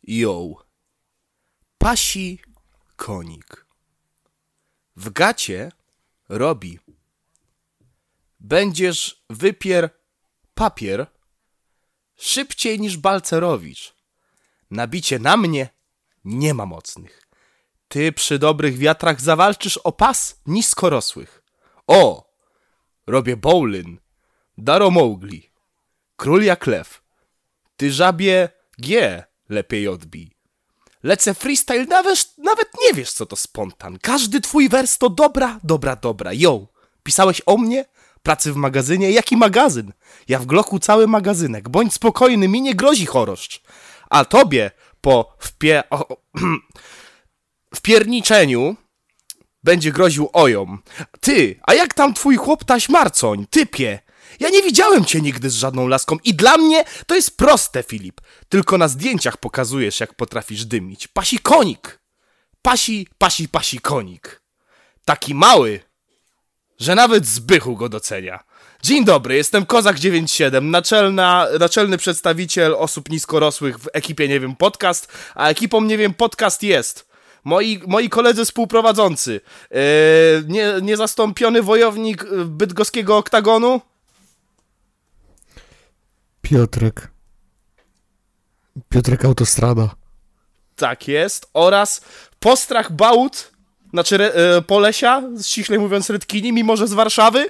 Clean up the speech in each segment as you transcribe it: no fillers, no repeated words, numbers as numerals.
Yo. Pasi konik. W gacie robi. Będziesz wypier papier szybciej niż Balcerowicz. Nabicie na mnie nie ma mocnych. Ty przy dobrych wiatrach zawalczysz o pas niskorosłych. O! Robię bowlin. Daro Mowgli. Król jak lew. Ty żabie G lepiej odbij. Lecę freestyle, nawet nie wiesz co to spontan. Każdy twój wers to dobra. Yo, pisałeś o mnie? Pracy w magazynie? Jaki magazyn? Ja w Glocku cały magazynek. Bądź spokojny, mi nie grozi choroszcz. A tobie po wpierniczeniu będzie groził ojom. Ty, a jak tam twój chłop taśmarcoń? Typie, ja nie widziałem cię nigdy z żadną laską i dla mnie to jest proste, Filip. Tylko na zdjęciach pokazujesz, jak potrafisz dymić. Pasi konik. Pasi konik. Taki mały, że nawet Zbychu go docenia. Dzień dobry, jestem Kozak 97, naczelny przedstawiciel osób niskorosłych w ekipie Nie Wiem Podcast, a ekipą Nie Wiem Podcast jest moi koledzy współprowadzący, niezastąpiony wojownik bydgoskiego oktagonu, Piotrek Autostrada. Tak jest, oraz postrach Bałut, znaczy Polesia, ściślej mówiąc Redkini, mimo że z Warszawy.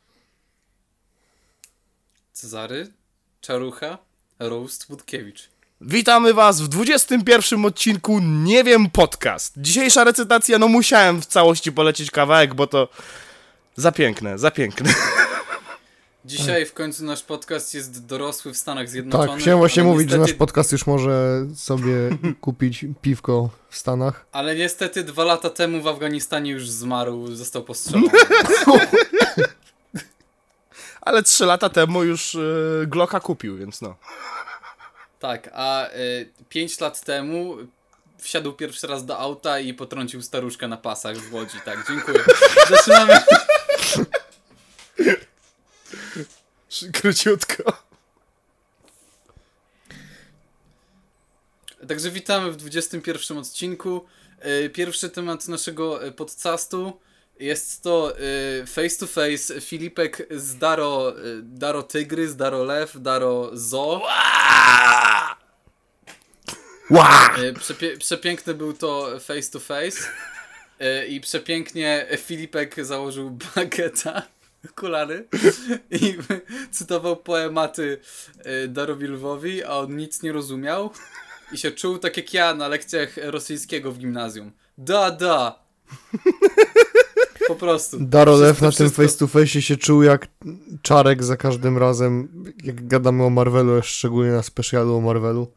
Cezary, Czarucha, Roast, Wódkiewicz. Witamy was w 21 odcinku Nie Wiem Podcast. Dzisiejsza recytacja, no musiałem w całości polecieć kawałek, bo to za piękne. Dzisiaj w końcu nasz podcast jest dorosły w Stanach Zjednoczonych. Tak, chciałem właśnie mówić, niestety, że nasz podcast już może sobie kupić piwko w Stanach. Ale niestety 2 lata temu w Afganistanie już zmarł, został postrzelony. Ale 3 lata temu już Glocka kupił, więc no. Tak, a 5 lat temu wsiadł pierwszy raz do auta i potrącił staruszkę na pasach w Łodzi. Tak, dziękuję. Zaczynamy. Króciutko. Także witamy w 21 odcinku. Pierwszy temat naszego podcastu jest to face to face Filipek z Daro Tygrys, Daro Lew, Daro Zo. Przepiękny był to face to face i przepięknie Filipek założył bagieta, okulary i cytował poematy Darowi Lwowi, a on nic nie rozumiał i się czuł tak jak ja na lekcjach rosyjskiego w gimnazjum. Da. Po prostu. Daro Lew na tym face to face się czuł jak Czarek za każdym razem, jak gadamy o Marvelu, szczególnie na specjalu o Marvelu.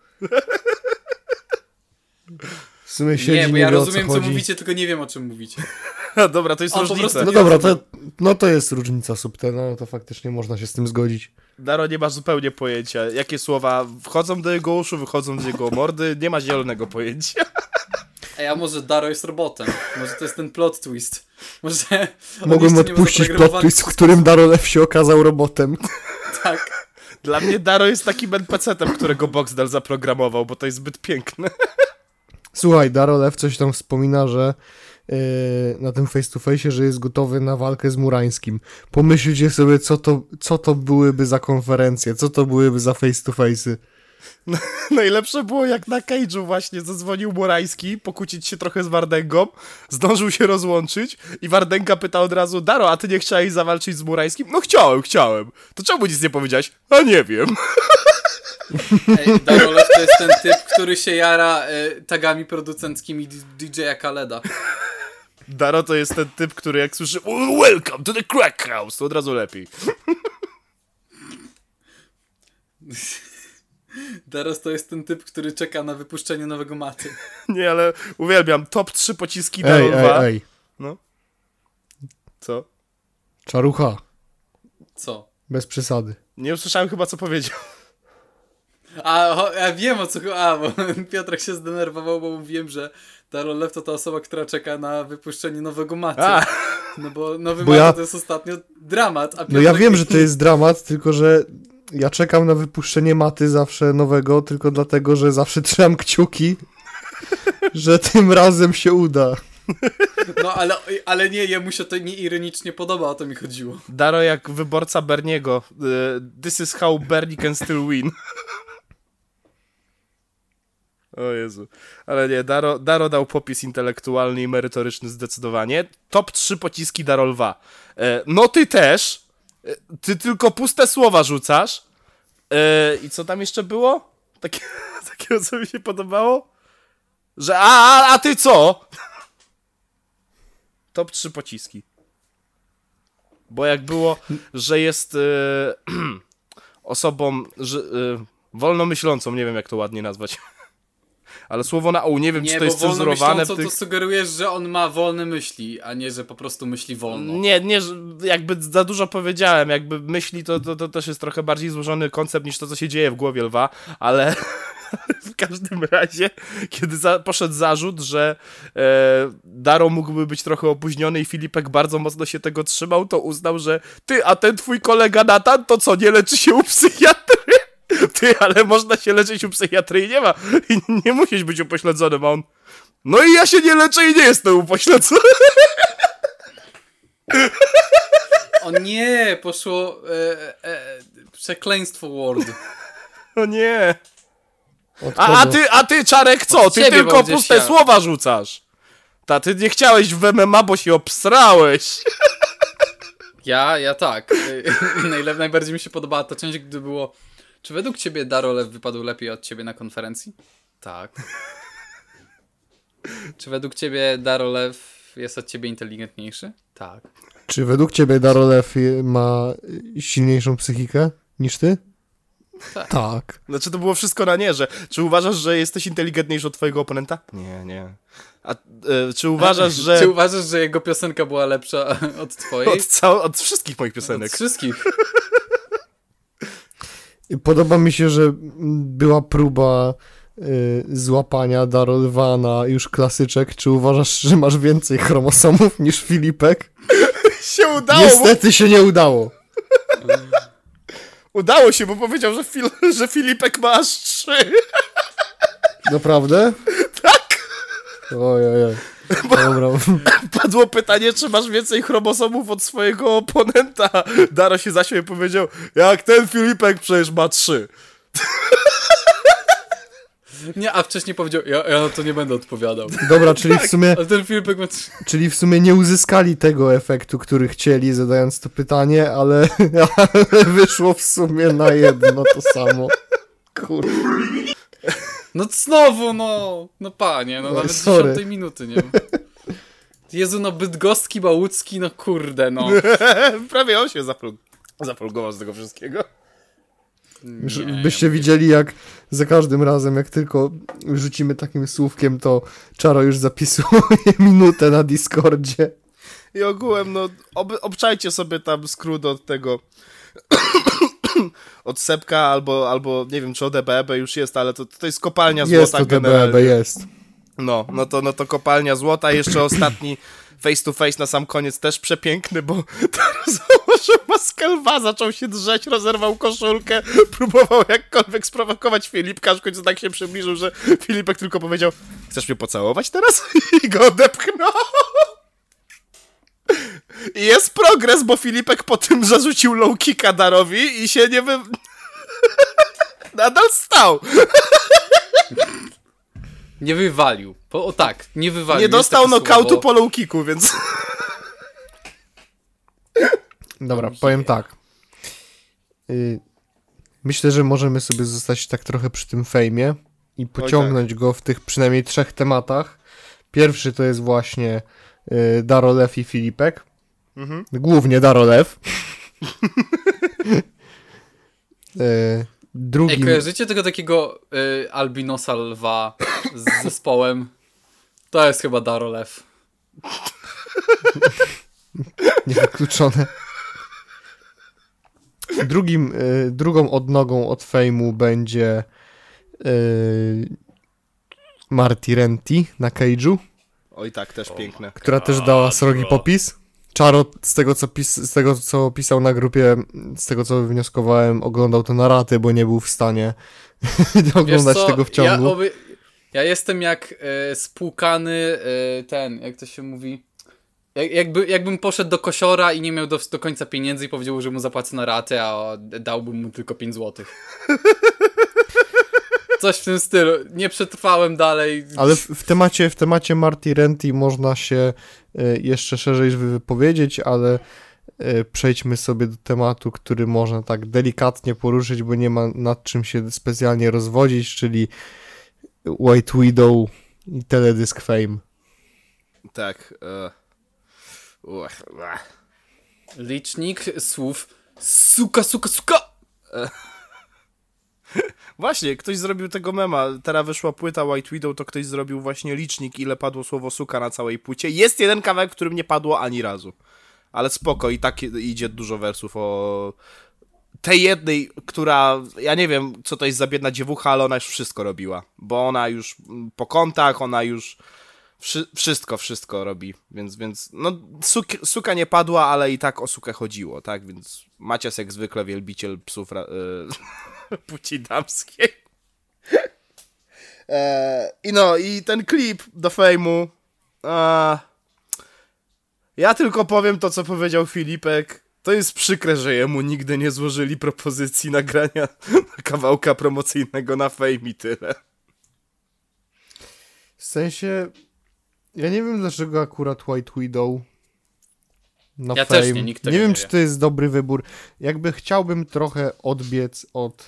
W sumie siedzi, nie, bo ja wie, rozumiem co chodzi. mówicie, tylko nie wiem o czym mówicie. Dobra, to jest różnica. No dobra, to jest różnica subtelna, no to faktycznie można się z tym zgodzić. Daro nie ma zupełnie pojęcia, jakie słowa wchodzą do jego uszu, wychodzą z jego mordy, nie ma zielonego pojęcia. Ej, a może Daro jest robotem? Może to jest ten plot twist? Może mogłem odpuścić plot twist, w którym Daro Lew się okazał robotem. Tak. Dla mnie Daro jest takim NPC-tem, którego Boxdel zaprogramował, bo to jest zbyt piękne. Słuchaj, Daro Lew coś tam wspomina, że na tym face to face, że jest gotowy na walkę z Murańskim. Pomyślcie sobie, co to byłyby za konferencje, co to byłyby za face to face'y. Najlepsze było, jak na Cage'u właśnie zadzwonił Murański, pokłócić się trochę z Wardęgą, zdążył się rozłączyć i Wardęga pyta od razu: Daro, a ty nie chciałeś zawalczyć z Murańskim? No chciałem. To czemu nic nie powiedziałeś? A nie wiem. Ej, Daro Lew to jest ten typ, który się jara tagami producenckimi DJ-a Khaleda. Daro to jest ten typ, który jak słyszy "Welcome to the crack house", to od razu lepiej. Teraz to jest ten typ, który czeka na wypuszczenie nowego maty. Nie, ale uwielbiam. Top 3 pociski Daro Lwa. Ej. No. Co? Czarucha. Co? Bez przesady. Nie usłyszałem chyba, co powiedział. Ja wiem o co... bo Piotrek się zdenerwował, bo mówiłem, że Daro Lew to ta osoba, która czeka na wypuszczenie nowego maty. No bo nowy mat to jest ostatnio dramat. A no ja wiem, że to jest dramat, tylko że Ja czekam na wypuszczenie Maty zawsze nowego, tylko dlatego, że zawsze trzymam kciuki, że tym razem się uda. No ale nie, jemu się to nie ironicznie podoba, o to mi chodziło. Daro jak wyborca Berniego. This is how Bernie can still win. O Jezu. Ale nie, Daro dał popis intelektualny i merytoryczny zdecydowanie. Top 3 pociski Daro Lwa. No ty też. Ty tylko puste słowa rzucasz. I co tam jeszcze było? Takiego, co mi się podobało? Że a ty co? Top 3 pociski. Bo jak było, że jest osobą wolnomyślącą, nie wiem jak to ładnie nazwać. Ale słowo na nie wiem, czy to jest cenzurowane. Nie, bo to sugerujesz, że on ma wolne myśli, a nie, że po prostu myśli wolno. Nie, jakby za dużo powiedziałem, jakby myśli to też jest trochę bardziej złożony koncept niż to, co się dzieje w głowie lwa, ale w każdym razie, kiedy poszedł zarzut, że Daro mógłby być trochę opóźniony i Filipek bardzo mocno się tego trzymał, to uznał, że a ten twój kolega Natan, to co, nie leczy się u psychiatry? Ty, ale można się leczyć u psychiatry i nie ma. I nie musisz być upośledzonym, a on... No i ja się nie leczę i nie jestem upośledzony. O nie, poszło przekleństwo Word. O nie. A ty, Czarek, co? Od Ty ciebie, tylko puste słowa rzucasz. Ty nie chciałeś w MMA, bo się obsrałeś. Ja tak. Najbardziej mi się podobała ta część, gdy było... Czy według ciebie Darolew wypadł lepiej od ciebie na konferencji? Tak. Czy według ciebie Darolew jest od ciebie inteligentniejszy? Tak. Czy według ciebie Darolew ma silniejszą psychikę niż ty? Tak. Znaczy to było wszystko na nie, że czy uważasz, że jesteś inteligentniejszy od twojego oponenta? Nie. A czy uważasz, że... Czy uważasz, że jego piosenka była lepsza od twojej? Od wszystkich moich piosenek. Od wszystkich. Podoba mi się, że była próba złapania Darolwa na już klasyczek. Czy uważasz, że masz więcej chromosomów niż Filipek? Się udało! Niestety się nie udało. Udało się, bo powiedział, że Filipek ma aż 3. Naprawdę? Tak! Ojej. Dobra. Padło pytanie, czy masz więcej chromosomów od swojego oponenta. Daro się zaśmiał i powiedział, jak ten Filipek przecież ma 3. Nie, a wcześniej powiedział, ja na to nie będę odpowiadał. Dobra, czyli w sumie... Ale ten Filipek ma 3. Czyli w sumie nie uzyskali tego efektu, który chcieli, zadając to pytanie, ale wyszło w sumie na jedno to samo. Kurde. No znowu, no panie, nawet sorry. 10 minuty, nie wiem. Jezu, Bydgoski, Bałucki, kurde, Prawie on się zapolgował z tego wszystkiego. Byście widzieli, jak za każdym razem, jak tylko rzucimy takim słówkiem, to Czaro już zapisuje minutę na Discordzie. I ogółem, obczajcie sobie tam skrót od tego... od Sepka albo nie wiem, czy od EBEB już jest, ale to jest kopalnia złota jest to generalnie. jest. No to kopalnia złota. Jeszcze ostatni face to face na sam koniec też przepiękny, bo założył maskę lwa, zaczął się drzeć, rozerwał koszulkę, próbował jakkolwiek sprowokować Filipka, aż w końcu tak się przybliżył, że Filipek tylko powiedział, chcesz mnie pocałować teraz? I go odepchnął. I jest progres, bo Filipek po tym zarzucił low kicka Darowi i się nie nadal stał. Nie wywalił. Nie wywalił. Nie dostał knockoutu po low kicku, więc... Dobra, powiem tak. Myślę, że możemy sobie zostać tak trochę przy tym fejmie i pociągnąć go w tych przynajmniej 3 tematach. Pierwszy to jest właśnie Darolew i Filipek. Mhm. Głównie Darolew. Drugim... kojarzycie tego takiego albinosa lwa z zespołem? To jest chyba Darolew. Niewykluczone. Drugą odnogą od fejmu będzie Marty Renty na Cage'u. Oj tak, też piękne. Która też dała srogi popis. Czaro, z tego co pisał na grupie, z tego co wywnioskowałem, oglądał to na raty, bo nie był w stanie oglądać tego w ciągu. Ja jestem jak spłukany jak to się mówi, jakbym poszedł do kosiora i nie miał do końca pieniędzy i powiedział, że mu zapłacę na ratę, a dałbym mu tylko 5 złotych. Coś w tym stylu. Nie przetrwałem dalej. Ale w temacie Marty Renty można się jeszcze szerzej wypowiedzieć, ale przejdźmy sobie do tematu, który można tak delikatnie poruszyć, bo nie ma nad czym się specjalnie rozwodzić, czyli White Widow i teledysk Fame. Tak. Licznik słów suka, suka, suka! Właśnie, ktoś zrobił tego mema. Teraz wyszła płyta White Widow, to ktoś zrobił właśnie licznik, ile padło słowo suka na całej płycie. Jest jeden kawałek, w którym nie padło ani razu. Ale spoko, i tak idzie dużo wersów o tej jednej, która, ja nie wiem, co to jest za biedna dziewucha, ale ona już wszystko robiła. Bo ona już po kątach, ona już wszystko robi. Więc no, suka nie padła, ale i tak o sukę chodziło, tak? Więc Macias jak zwykle wielbiciel psów płci damskiej. I ten klip do Fame'u. Ja tylko powiem to, co powiedział Filipek. To jest przykre, że jemu nigdy nie złożyli propozycji nagrania kawałka promocyjnego na Fame i tyle. W sensie, ja nie wiem dlaczego akurat White Widow na ja Fame. Też nie, nikt nie wiem, czy to jest dobry wybór. Jakby chciałbym trochę odbiec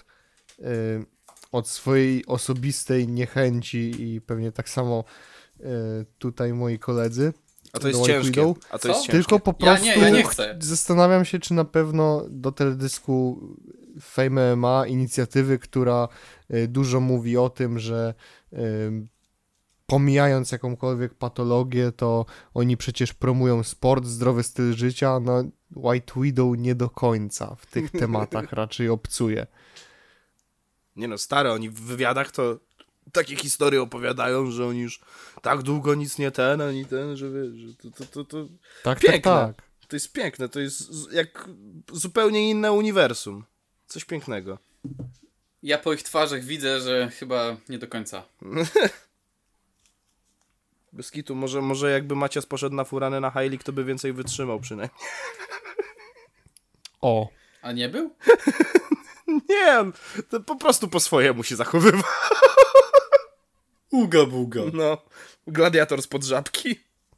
od swojej osobistej niechęci i pewnie tak samo tutaj moi koledzy. A to jest ciężkie. Tylko po prostu ja nie chcę. Zastanawiam się, czy na pewno do teledysku Fame MMA inicjatywy, która dużo mówi o tym, że pomijając jakąkolwiek patologię, to oni przecież promują sport, zdrowy styl życia, no White Widow nie do końca w tych tematach raczej obcuje. Nie no, stare, oni w wywiadach to takie historie opowiadają, że oni już tak długo nic nie ani ten, że wiesz, że to tak, piękne. Tak. To jest piękne, to jest jak zupełnie inne uniwersum. Coś pięknego. Ja po ich twarzach widzę, że chyba nie do końca. Bez kitu, może jakby Macias poszedł na furanę na High League, to by więcej wytrzymał przynajmniej. O. A nie był? Nie, to po prostu po swojemu się zachowywał. Uga buga. No, gladiator spod żabki.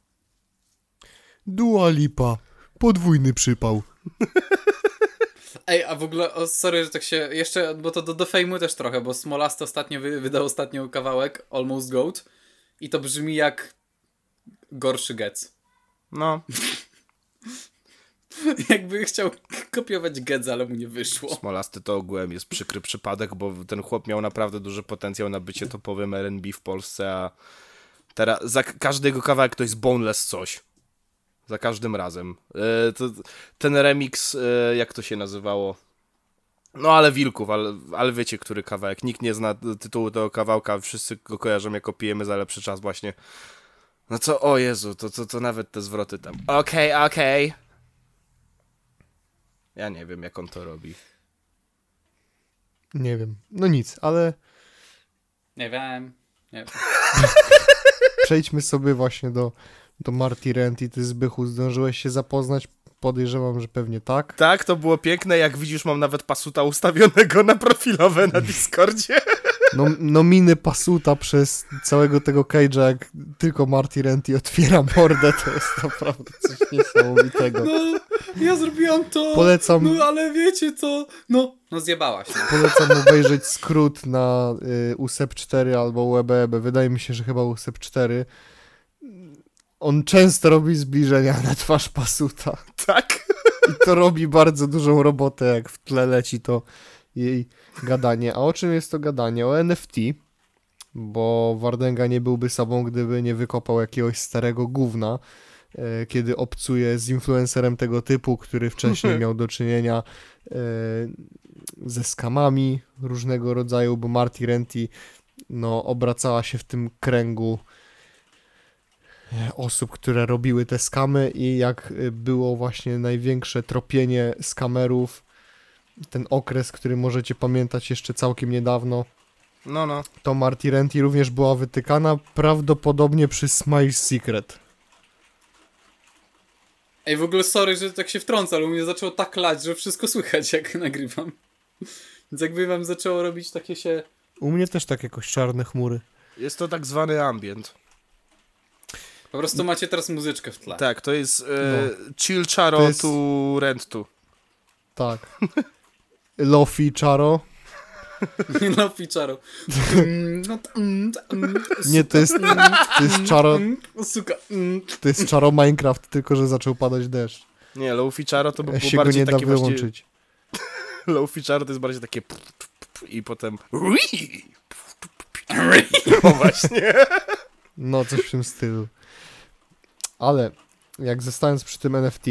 Dua Lipa. Podwójny przypał. Ej, a w ogóle, sorry, że tak się jeszcze, bo to do Fame'u też trochę, bo Smolasty ostatnio wydał ostatnio kawałek Almost Goat i to brzmi jak gorszy Gec. No. Jakby chciał kopiować Gedza, ale mu nie wyszło. Smolasty to ogółem jest przykry przypadek, bo ten chłop miał naprawdę duży potencjał na bycie topowym R&B w Polsce, a teraz za każdy jego kawałek to jest boneless coś. Za każdym razem. Ten remix, jak to się nazywało? No ale Wilków, ale wiecie, który kawałek. Nikt nie zna tytułu tego kawałka, wszyscy go kojarzą jako Pijemy za lepszy czas właśnie. No co, o Jezu, to nawet te zwroty tam. Okej. Ja nie wiem, jak on to robi. Nie wiem. No nic, ale Nie wiem. przejdźmy sobie właśnie do Marty Renty. Ty, Zbychu, zdążyłeś się zapoznać? Podejrzewam, że pewnie tak. Tak, to było piękne. Jak widzisz, mam nawet pasuta ustawionego na profilowe na Discordzie. No miny pasuta przez całego tego cage'a, jak tylko Marty Renty otwiera mordę, to jest naprawdę coś niesamowitego. No, ja zrobiłam to. Polecam. No, ale wiecie co? No zjebałaś. No. Polecam obejrzeć skrót na USEP 4 albo UEBEB. Wydaje mi się, że chyba USEP 4. On często robi zbliżenia na twarz pasuta. Tak. I to robi bardzo dużą robotę, jak w tle leci to jej gadanie. A o czym jest to gadanie? O NFT, bo Wardęga nie byłby sobą, gdyby nie wykopał jakiegoś starego gówna, kiedy obcuje z influencerem tego typu, który wcześniej miał do czynienia ze skamami różnego rodzaju, bo Marty Renty obracała się w tym kręgu osób, które robiły te skamy i jak było właśnie największe tropienie skamerów, ten okres, który możecie pamiętać jeszcze całkiem niedawno, No. to Marty Renty również była wytykana prawdopodobnie przy Smile Secret. Ej, w ogóle sorry, że tak się wtrącę, ale u mnie zaczęło tak lać, że wszystko słychać, jak nagrywam. Więc jakby wam zaczęło robić takie się... U mnie też tak jakoś czarne chmury. Jest to tak zwany ambient. Po prostu macie teraz muzyczkę w tle. Tak, to jest No. chill charo To jest- to rent to. Tak. Lofi Charo. No, Picharo. Nie, to jest Charo, Suka. to jest Charo Minecraft, tylko że zaczął padać deszcz. Nie, low charo to by było Się go bardziej nie da takie właśnie... wyłączyć. Low charo to jest bardziej takie... I potem... O właśnie. No, coś w tym stylu. Ale jak zostając przy tym NFT,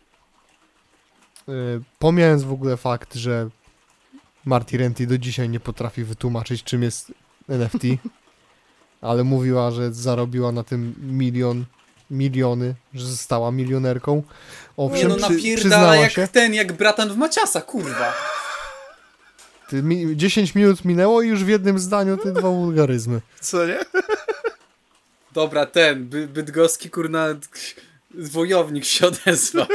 pomijając w ogóle fakt, że Marty Renty do dzisiaj nie potrafi wytłumaczyć, czym jest NFT, ale mówiła, że zarobiła na tym miliony, że została milionerką. Nie Owszem, no, napierdala przyznała jak się. jak bratan w Maciasa, kurwa. 10 minut minęło i już w jednym zdaniu te dwa wulgaryzmy. Co nie? Dobra, bydgoski, kurna, wojownik się odezwał.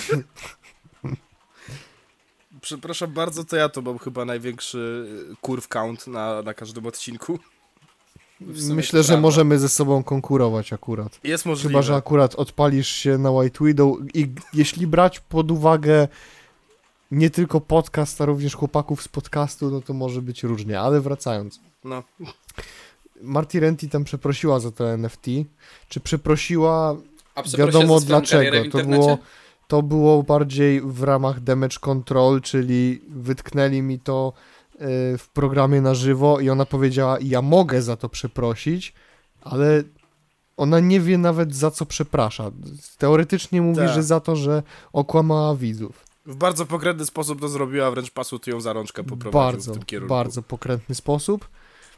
Przepraszam bardzo, to ja to mam chyba największy curve count na każdym odcinku. W sumie Myślę, to że prawda. możemy ze sobą konkurować akurat. Jest możliwe. Chyba, że akurat odpalisz się na White Widow i jeśli brać pod uwagę nie tylko podcast, a również chłopaków z podcastu, no to może być różnie, ale wracając. No. Marty Renty tam przeprosiła za to NFT. Czy przeprosiła? A przeprosiła Wiadomo za swoją karierę dlaczego. w internecie? To było bardziej w ramach damage control, czyli wytknęli mi to w programie na żywo i ona powiedziała, ja mogę za to przeprosić, ale ona nie wie nawet za co przeprasza. Teoretycznie mówi, Tak. że za to, że okłamała widzów. W bardzo pokrętny sposób to zrobiła, wręcz Pasut ją za rączkę poprowadził Bardzo, w tym kierunku. bardzo pokrętny sposób.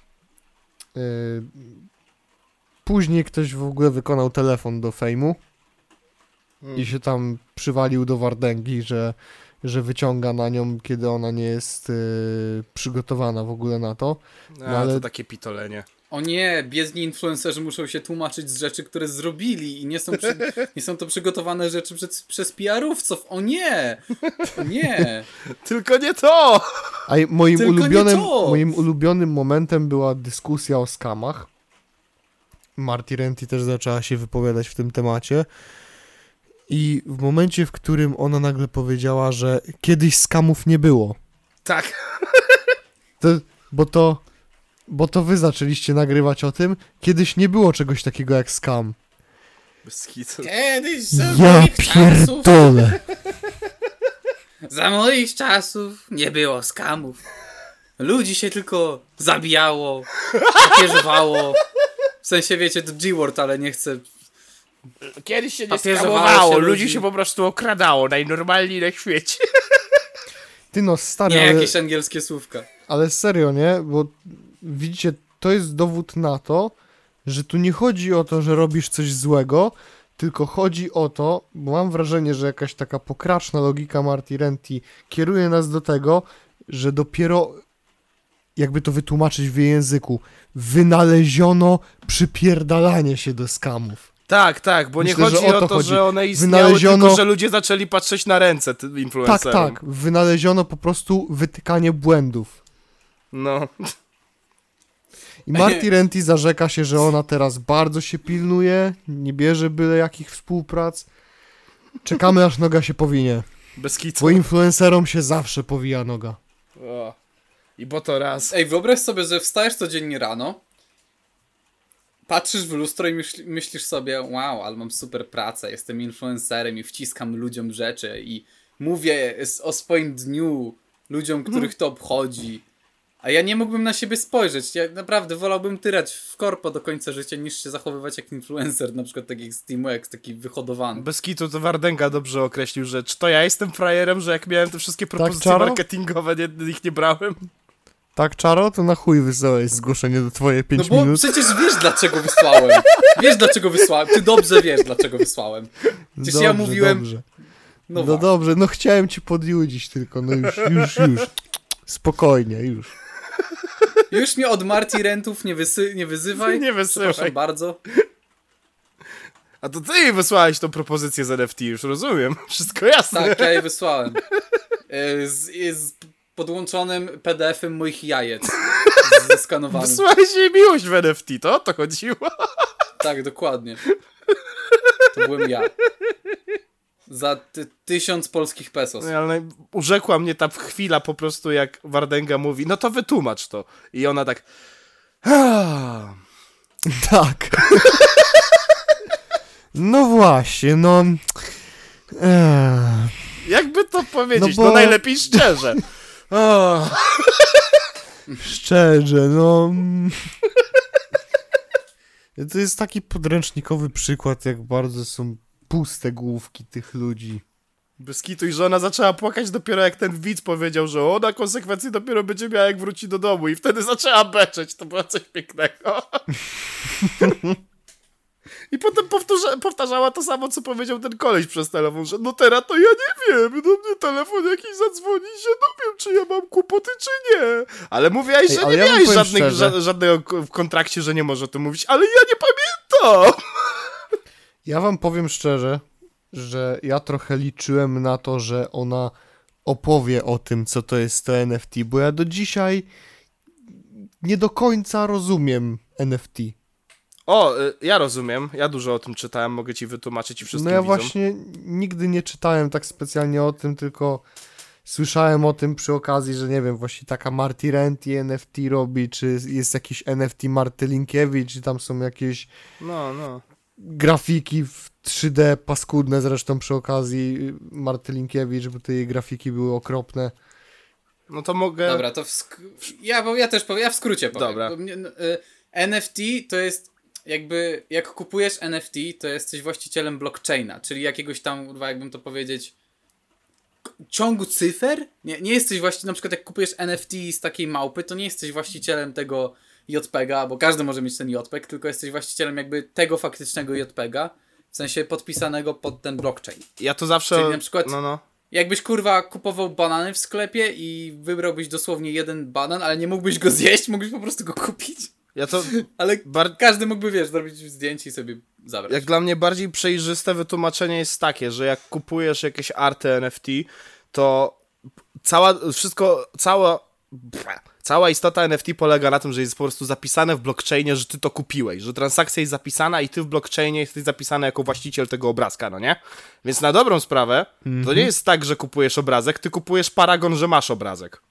Później ktoś w ogóle wykonał telefon do Fejmu i się tam przywalił do wardęgi, że wyciąga na nią, kiedy ona nie jest przygotowana w ogóle na to. ale- To takie pitolenie. O nie, biedni influencerzy muszą się tłumaczyć z rzeczy, które zrobili i nie są to przygotowane rzeczy przez PR-owców. O nie! O nie! Tylko nie to! A moim Tylko nie to! moim ulubionym momentem była dyskusja o skamach. Marty Renty też zaczęła się wypowiadać w tym temacie. I w momencie, w którym ona nagle powiedziała, że kiedyś skamów nie było. Tak. Bo to wy zaczęliście nagrywać o tym. Kiedyś nie było czegoś takiego jak skam. Bez kitu. Kiedyś za Ja moich czasów, pierdolę. za moich czasów nie było skamów. Ludzi się tylko zabijało, papieżowało. W sensie, wiecie, to G-word, ale nie chcę... Kiedyś się nie Papieżowało skamowało, się ludzi ludzi. się po prostu okradało, najnormalniej na świecie. Ty no stary, Nie ale... jakieś angielskie słówka. Ale serio, nie? Bo widzicie, to jest dowód na to, że tu nie chodzi o to, że robisz coś złego, tylko chodzi o to, bo mam wrażenie, że jakaś taka pokraczna logika Marty Renty kieruje nas do tego, że dopiero, jakby to wytłumaczyć w jej języku, wynaleziono przypierdalanie się do skamów. Tak, bo Myślę, nie że chodzi o o to to, chodzi. że one istniały, Wynaleziono- tylko że ludzie zaczęli patrzeć na ręce tym influencerom. Tak, wynaleziono po prostu wytykanie błędów. No. I Marty Renty zarzeka się, że ona teraz bardzo się pilnuje, nie bierze byle jakich współprac. Czekamy, aż noga się powinie. Bez kitu. Bo influencerom się zawsze powija noga. O. I bo to raz. Ej, wyobraź sobie, że wstajesz codziennie rano, patrzysz w lustro i myślisz sobie, wow, ale mam super pracę, jestem influencerem i wciskam ludziom rzeczy i mówię o swoim dniu ludziom, których to obchodzi. A ja nie mógłbym na siebie spojrzeć. Ja naprawdę wolałbym tyrać w korpo do końca życia, niż się zachowywać jak influencer, na przykład tak jak SteamX, taki wyhodowany. Bez kitu to Wardenga dobrze określił, że czy to ja jestem frajerem, że jak miałem te wszystkie propozycje Czaro? marketingowe, ich nie brałem? Tak, Czaro? To na chuj wysłałeś zgłoszenie do twoje 5 No bo minut. przecież wiesz, dlaczego wysłałem. Wiesz, dlaczego wysłałem. Ty dobrze wiesz, dlaczego wysłałem. Przecież Dobrze, ja mówiłem... Dobrze. No, No właśnie. dobrze, no chciałem ci podjudzić tylko, no już. Spokojnie, już. Już mnie od Marty Rentów nie wyzywaj. Nie wysyłaj. Przepraszam bardzo. A to ty jej wysłałeś tą propozycję z NFT, już rozumiem. Wszystko jasne. Tak, ja je wysłałem. Z podłączonym PDF-em moich jajec. Zeskanowanym. Wysłałeś jej miłość w NFT, to o to chodziło. Tak, dokładnie. To byłem ja. Za 1000 polskich pesos. No, ale urzekła mnie ta chwila po prostu, jak Wardenga mówi, no to wytłumacz to. I ona tak... Tak. No właśnie, no... Jakby to powiedzieć? No No, bo- najlepiej szczerze. Szczerze, no... To jest taki podręcznikowy przykład, jak bardzo są puste główki tych ludzi. Bez kitu i żona zaczęła płakać dopiero jak ten widz powiedział, że ona konsekwencje dopiero będzie miała jak wróci do domu i wtedy zaczęła beczeć, to było coś pięknego. I potem powtarzała to samo, co powiedział ten koleś przez telefon, że no teraz to ja nie wiem, do mnie telefon jakiś zadzwoni i się dowiem, czy ja mam kłopoty, czy nie. Ale mówiłaś, że ale nie ja wam miałeś powiem szczerze. żadnego w kontrakcie, że nie może o tym mówić, ale ja nie pamiętam. Ja wam powiem szczerze, że ja trochę liczyłem na to, że ona opowie o tym, co to jest to NFT, bo ja do dzisiaj nie do końca rozumiem NFT. O, ja rozumiem, ja dużo o tym czytałem, mogę ci wytłumaczyć i wszystkim No ja widzom. właśnie nigdy nie czytałem tak specjalnie o tym, tylko słyszałem o tym przy okazji, że nie wiem, właśnie taka Marty Renty NFT robi, czy jest jakiś NFT Marty Linkiewicz, czy tam są jakieś No. grafiki w 3D paskudne zresztą przy okazji Marty Linkiewicz, bo te jej grafiki były okropne. No to mogę... Dobra, to ja też powiem, ja w skrócie powiem. Dobra. Bo NFT to jest jakby, jak kupujesz NFT, to jesteś właścicielem blockchaina, czyli jakiegoś tam, kurwa, jakbym to powiedzieć, ciągu cyfer? Nie jesteś właścicielem, na przykład jak kupujesz NFT z takiej małpy, to nie jesteś właścicielem tego JPEGa, bo każdy może mieć ten JPEG, tylko jesteś właścicielem jakby tego faktycznego JPEGa, w sensie podpisanego pod ten blockchain. Ja to zawsze... Czyli na przykład- No. Jakbyś, kurwa, kupował banany w sklepie i wybrałbyś dosłownie jeden banan, ale nie mógłbyś go zjeść, mógłbyś po prostu go kupić. Ja to... Ale każdy mógłby, wiesz, zrobić zdjęcie i sobie zabrać. Jak dla mnie bardziej przejrzyste wytłumaczenie jest takie, że jak kupujesz jakieś arty NFT, to cała istota NFT polega na tym, że jest po prostu zapisane w blockchainie, że ty to kupiłeś, że transakcja jest zapisana i ty w blockchainie jesteś zapisany jako właściciel tego obrazka, no nie? Więc na dobrą sprawę, to nie jest tak, że kupujesz obrazek, ty kupujesz paragon, że masz obrazek.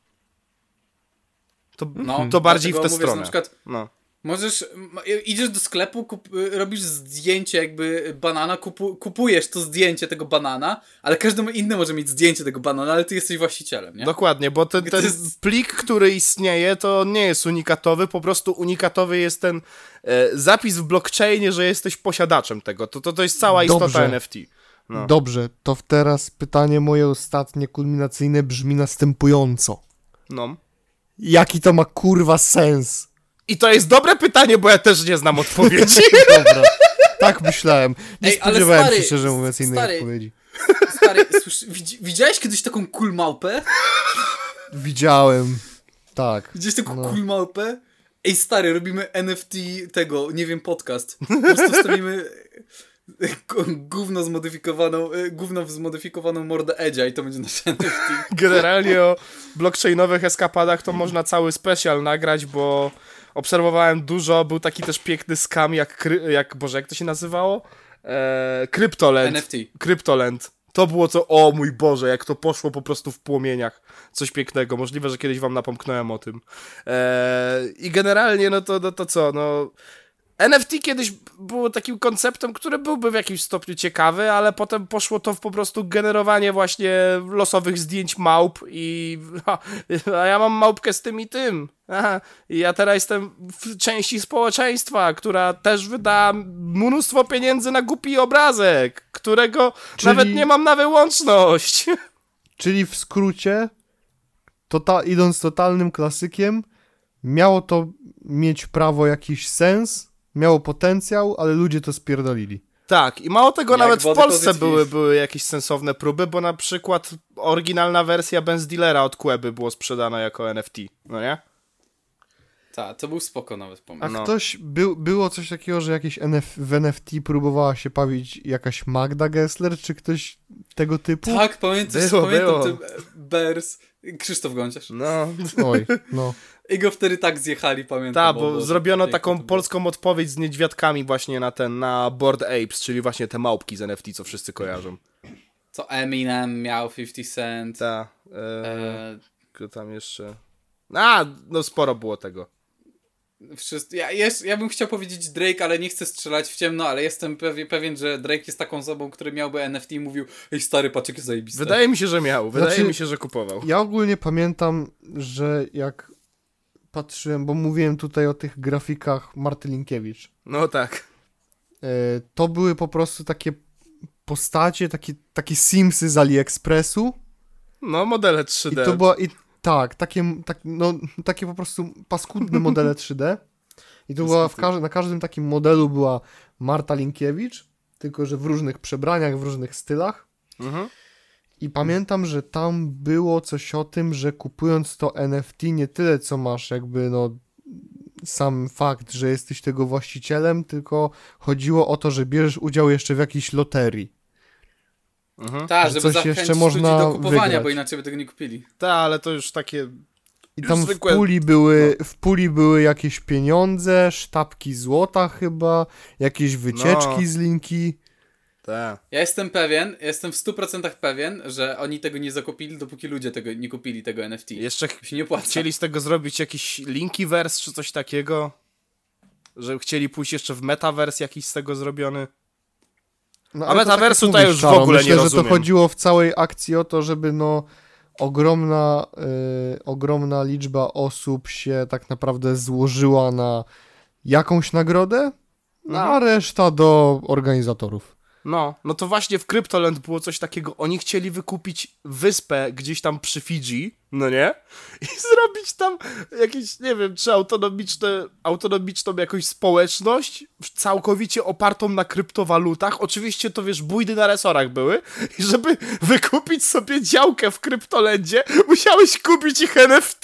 To bardziej w tę dlatego mówię, że stronę. Na przykład No. idziesz do sklepu, robisz zdjęcie jakby banana, kupujesz to zdjęcie tego banana, ale każdy inny może mieć zdjęcie tego banana, ale ty jesteś właścicielem, nie? Dokładnie, bo ten jest- plik, który istnieje, to nie jest unikatowy, po prostu unikatowy jest ten zapis w blockchainie, że jesteś posiadaczem tego. To jest cała istota Dobrze. NFT. No. Dobrze, to teraz pytanie moje ostatnie, kulminacyjne brzmi następująco. No. Jaki to ma kurwa sens? I to jest dobre pytanie, bo ja też nie znam odpowiedzi. Dobra, tak myślałem. Nie Ej, ale spodziewałem stary, się, szczerze mówiąc, innej stary. odpowiedzi. Stary, widziałeś kiedyś taką cool małpę? Widziałem. Tak. Widziałeś taką cool małpę? Ej, stary, robimy NFT tego, nie wiem, podcast. Po prostu wstawimy gówno w zmodyfikowaną mordę Edge'a i to będzie nasze NFT. Generalnie o blockchainowych eskapadach to można cały specjal nagrać, bo obserwowałem dużo, był taki też piękny scam jak to się nazywało? Cryptoland. NFT. Cryptoland. To było to, o mój Boże, jak to poszło po prostu w płomieniach. Coś pięknego. Możliwe, że kiedyś wam napomknąłem o tym. I generalnie, no to co, no... NFT kiedyś było takim konceptem, który byłby w jakimś stopniu ciekawy, ale potem poszło to w po prostu generowanie właśnie losowych zdjęć małp a ja mam małpkę z tym i tym. Aha, i ja teraz jestem w części społeczeństwa, która też wyda mnóstwo pieniędzy na głupi obrazek, którego nawet nie mam na wyłączność. Czyli w skrócie idąc totalnym klasykiem, miało to mieć prawo jakiś sens, miało potencjał, ale ludzie to spierdolili. Tak, i mało tego, Jak nawet w Body Polsce Positive. były jakieś sensowne próby, bo na przykład oryginalna wersja Benz Dealera od Kłeby było sprzedana jako NFT, no nie? Tak, to był spoko nawet pomysł. A było coś takiego, że jakieś w NFT próbowała się bawić jakaś Magda Gessler, czy ktoś tego typu? Tak, pamiętam Było. ten Bears, Krzysztof Gąciarz. No, Oj, no. I go wtedy tak zjechali, pamiętam. tak, bo zrobiono piękne taką to było. polską odpowiedź z niedźwiadkami właśnie na Bored Apes, czyli właśnie te małpki z NFT, co wszyscy kojarzą. Co Eminem miał, 50 Cent. Tak, E, tam jeszcze... no sporo było tego. ja bym chciał powiedzieć Drake, ale nie chcę strzelać w ciemno, ale jestem pewien, że Drake jest taką osobą, który miałby NFT i mówił: ej stary, patrz jakie zajebiste. Wydaje mi się, że miał, wydaje Znaczy, mi się, że kupował. Ja ogólnie pamiętam, że jak patrzyłem, bo mówiłem tutaj o tych grafikach Marty Linkiewicz, No tak. to były po prostu takie postacie, takie Simsy z AliExpressu. No, modele 3D. I to była, takie po prostu paskudne modele 3D. I to była na każdym takim modelu była Marta Linkiewicz, tylko że w różnych przebraniach, w różnych stylach. Mhm. I pamiętam, że tam było coś o tym, że kupując to NFT nie tyle co masz jakby sam fakt, że jesteś tego właścicielem, tylko chodziło o to, że bierzesz udział jeszcze w jakiejś loterii. Mhm. Tak, że żeby coś zachęcić jeszcze ludzi można do kupowania, wygrać. bo inaczej by tego nie kupili. Tak, ale to już takie... I Już tam zwykłe- w puli były jakieś pieniądze, sztabki złota chyba, jakieś wycieczki z linki. Tak. Ja jestem w 100% pewien, że oni tego nie zakupili, dopóki ludzie tego nie kupili, tego NFT. Jeszcze się nie opłaca. chcieli z tego zrobić jakiś Linkiverse czy coś takiego, że chcieli pójść jeszcze w Metaverse jakiś z tego zrobiony. No, A ale to metaversu jak to mówisz, już w Szaro, ogóle myślę, nie że rozumiem. to chodziło w całej akcji o to, żeby ogromna liczba osób się tak naprawdę złożyła na jakąś nagrodę, a reszta do organizatorów. No to właśnie w Cryptoland było coś takiego, oni chcieli wykupić wyspę gdzieś tam przy Fidżi, no nie? I zrobić tam jakieś, nie wiem, czy autonomiczną jakąś społeczność, całkowicie opartą na kryptowalutach. Oczywiście to, wiesz, bójdy na resorach były i żeby wykupić sobie działkę w Cryptolandzie, musiałeś kupić ich NFT.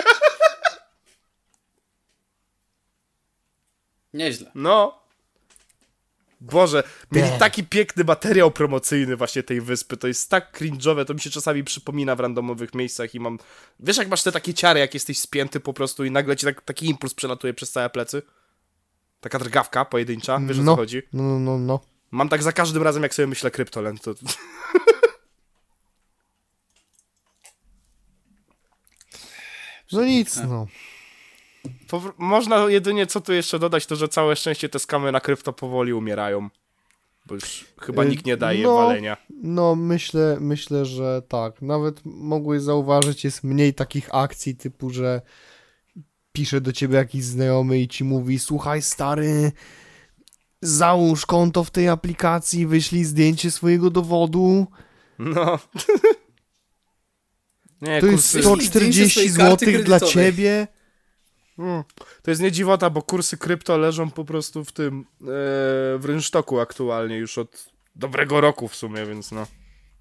Nieźle. No. Boże, mieli taki piękny materiał promocyjny właśnie tej wyspy, to jest tak cringe'owe, to mi się czasami przypomina w randomowych miejscach i mam... Wiesz, jak masz te takie ciary, jak jesteś spięty po prostu i nagle ci taki impuls przelatuje przez całe plecy? Taka drgawka pojedyncza, wiesz o co chodzi? No. Mam tak za każdym razem, jak sobie myślę Cryptoland, to... No nic, no. Można jedynie, co tu jeszcze dodać, to że całe szczęście te skamy na krypto powoli umierają. Bo już chyba nikt nie daje walenia. No, myślę, że tak. Nawet mogłeś zauważyć, jest mniej takich akcji typu, że pisze do ciebie jakiś znajomy i ci mówi: słuchaj stary, załóż konto w tej aplikacji, wyślij zdjęcie swojego dowodu. No. Nie, To jest kursy... 140 zł dla ciebie. To jest nie dziwota, bo kursy krypto leżą po prostu w tym w rynsztoku aktualnie już od dobrego roku w sumie, więc no.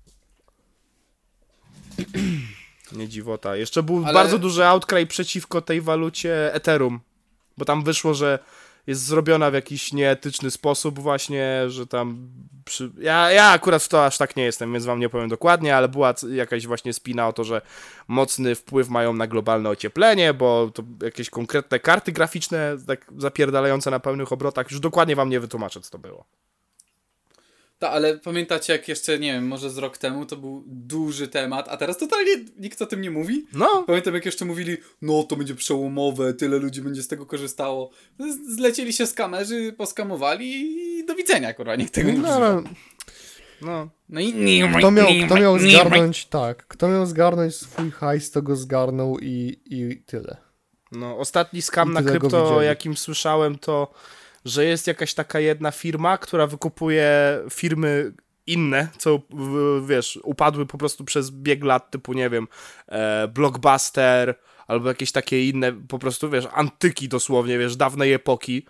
Nie dziwota. Jeszcze był bardzo duży outcry przeciwko tej walucie Ethereum, bo tam wyszło, że jest zrobiona w jakiś nieetyczny sposób właśnie, że tam... Ja akurat w to aż tak nie jestem, więc wam nie powiem dokładnie, ale była jakaś właśnie spina o to, że mocny wpływ mają na globalne ocieplenie, bo to jakieś konkretne karty graficzne tak zapierdalające na pełnych obrotach. Już dokładnie wam nie wytłumaczę, co to było. Tak, ale pamiętacie, jak jeszcze, nie wiem, może z rok temu to był duży temat, a teraz totalnie nikt o tym nie mówi? No. Pamiętam, jak jeszcze mówili, no to będzie przełomowe, tyle ludzi będzie z tego korzystało. Zlecieli się skamerzy, poskamowali i do widzenia, kurwa, nikt tego nie używa. No i... Kto miał zgarnąć, kto miał zgarnąć swój hajs, to go zgarnął i tyle. No, ostatni skam I na tyle go krypto, widzieli. jakim słyszałem, to że jest jakaś taka jedna firma, która wykupuje firmy inne, co wiesz, upadły po prostu przez bieg lat, typu nie wiem, Blockbuster, albo jakieś takie inne, po prostu wiesz, antyki dosłownie, wiesz, dawnej epoki.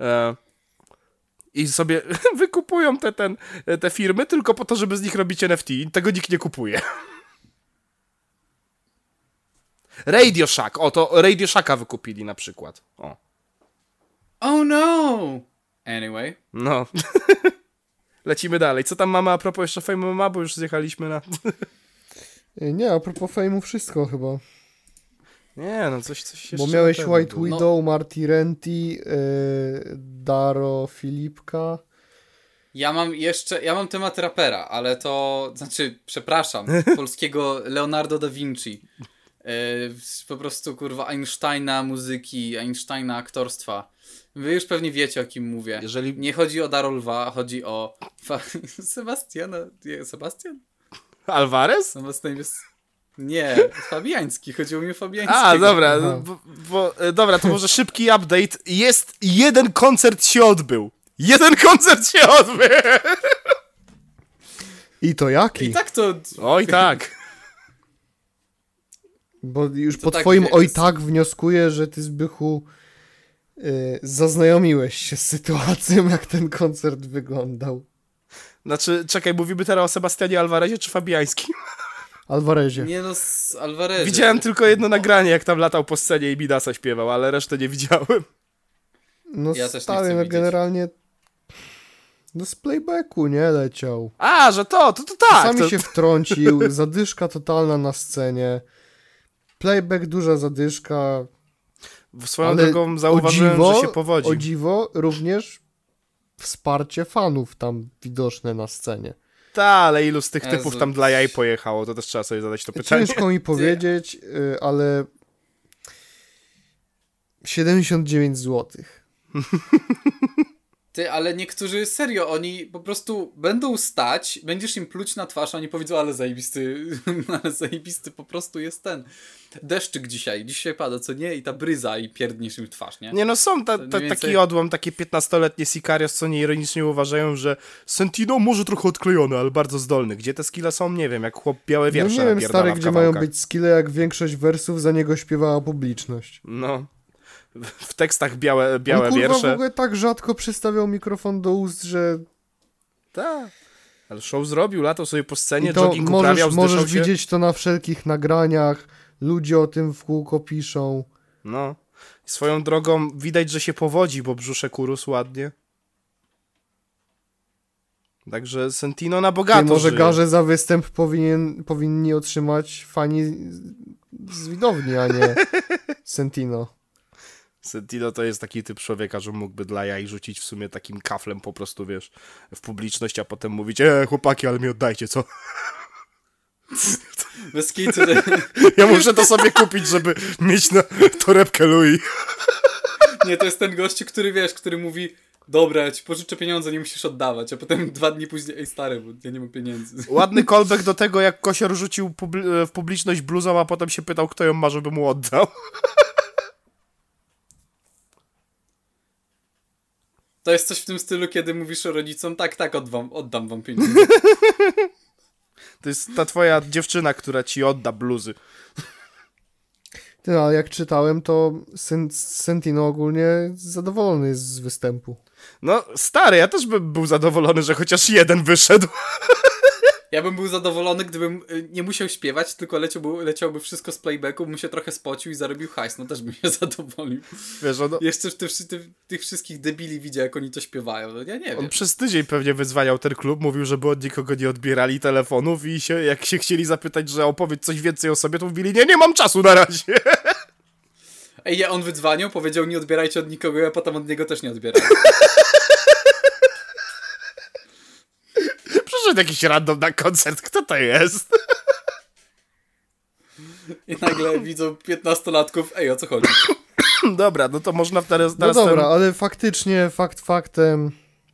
I sobie wykupują te firmy tylko po to, żeby z nich robić NFT. I tego nikt nie kupuje. Radio Shack. O, to Radio Shacka wykupili na przykład. O. Oh no! Anyway. No. Lecimy dalej. Co tam mamy a propos jeszcze Fame MMA, bo już zjechaliśmy na... Nie, a propos Fame'u wszystko chyba. Nie, no coś jeszcze... Bo miałeś na pewno White było. Widow, Marty Renty, Daro Filipka. Ja mam temat rapera, ale to, znaczy, przepraszam, polskiego Leonardo da Vinci. Po prostu, kurwa, Einsteina muzyki, Einsteina aktorstwa. Wy już pewnie wiecie, o kim mówię. Jeżeli... Nie chodzi o Daro Lwa, chodzi o Sebastiana. Sebastian? Alvarez? Sebastian jest... Nie, Fabiański, chodziło mi o Fabiańskiego. A, dobra, Aha. dobra, to może szybki update. Jeden koncert się odbył. Jeden koncert się odbył! I to jaki? I tak to... Oj tak. Bo już To po tak twoim jest. oj tak wnioskuję, że ty, Zbychu, zaznajomiłeś się z sytuacją, jak ten koncert wyglądał. Znaczy, czekaj, mówimy teraz o Sebastianie Alvarezie czy Fabiańskim? Alvarezie. Nie no, z Alvarezie. Widziałem tylko jedno nagranie, jak tam latał po scenie i Midasa śpiewał, ale resztę nie widziałem. No Ja też nie stary, chcę no widzieć. generalnie no z playbacku, nie? Leciał. A, że to tak. Czasami To... się wtrącił, zadyszka totalna na scenie. Playback, duża zadyszka. Swoją Ale drogą zauważyłem, że się powodzi. O dziwo, również wsparcie fanów tam widoczne na scenie. Ale ilu z tych Jezu. typów tam dla jaj pojechało, to też trzeba sobie zadać to pytanie. Ciężko mi powiedzieć, ale 79 zł. Ty, ale niektórzy serio, oni po prostu będą stać, będziesz im pluć na twarz, a oni powiedzą, ale zajebisty po prostu jest ten deszczyk dzisiaj pada, co nie? I ta bryza i pierdniesz im w twarz, nie? Nie no, są mniej więcej- taki odłam, takie 15-letnie Sicarios, co nieironicznie uważają, że Sentino może trochę odklejony, ale bardzo zdolny. Gdzie te skille są? Nie wiem, jak chłop białe No wiersze nie wiem, napierdala stary, w gdzie mają kawałkach. być skille, jak większość wersów za niego śpiewała publiczność. No, w tekstach białe On, kurwa, w wiersze. ogóle tak rzadko przystawiał mikrofon do ust, że Tak. Ale show zrobił, latał sobie po scenie, i to jogging uprawiał, możesz zdyszał się. widzieć to na wszelkich nagraniach, ludzie o tym w kółko piszą. No. I swoją drogą widać, że się powodzi, bo brzuszek urósł ładnie. Także Sentino na bogato Ty, może żyje. garze za występ powinni otrzymać fani z widowni, a nie Sentino. Sentino to jest taki typ człowieka, że mógłby dla jaj rzucić w sumie takim kaflem po prostu, wiesz, w publiczność, a potem mówić, chłopaki, ale mi oddajcie, co? Bez kitu. Ja muszę to sobie kupić, żeby mieć na torebkę Louis. Nie, to jest ten gościu, który wiesz, który mówi, dobra, ja ci pożyczę pieniądze, nie musisz oddawać, a potem 2 dni później, ej stary, bo ja nie mam pieniędzy. Ładny callback do tego, jak Kosior rzucił w publiczność bluzą, a potem się pytał, kto ją ma, żeby mu oddał. To jest coś w tym stylu, kiedy mówisz o rodzicom, tak, oddam wam pieniądze. To jest ta twoja dziewczyna, która ci odda bluzy. Ty, no, ale jak czytałem, to Sentino ogólnie zadowolony jest z występu. No, stary, ja też bym był zadowolony, że chociaż jeden wyszedł. Ja bym był zadowolony, gdybym nie musiał śpiewać, tylko leciałby wszystko z playbacku, bym się trochę spocił i zarobił hajs, no też bym się zadowolił. Wiesz, Jeszcze tych wszystkich debili widzę, jak oni to śpiewają, no ja nie wiem. on przez tydzień pewnie wyzwaniał ten klub, mówił, żeby od nikogo nie odbierali telefonów i jak się chcieli zapytać, że opowiedz coś więcej o sobie, to mówili, nie mam czasu na razie. Ej, on wydzwaniał, powiedział, nie odbierajcie od nikogo, ja potem od niego też nie odbierałem. Przyszedł jakiś random na koncert, kto to jest? I nagle widzą 15-latków, ej, o co chodzi? Dobra, no to można teraz No dobra, ale faktycznie, faktem,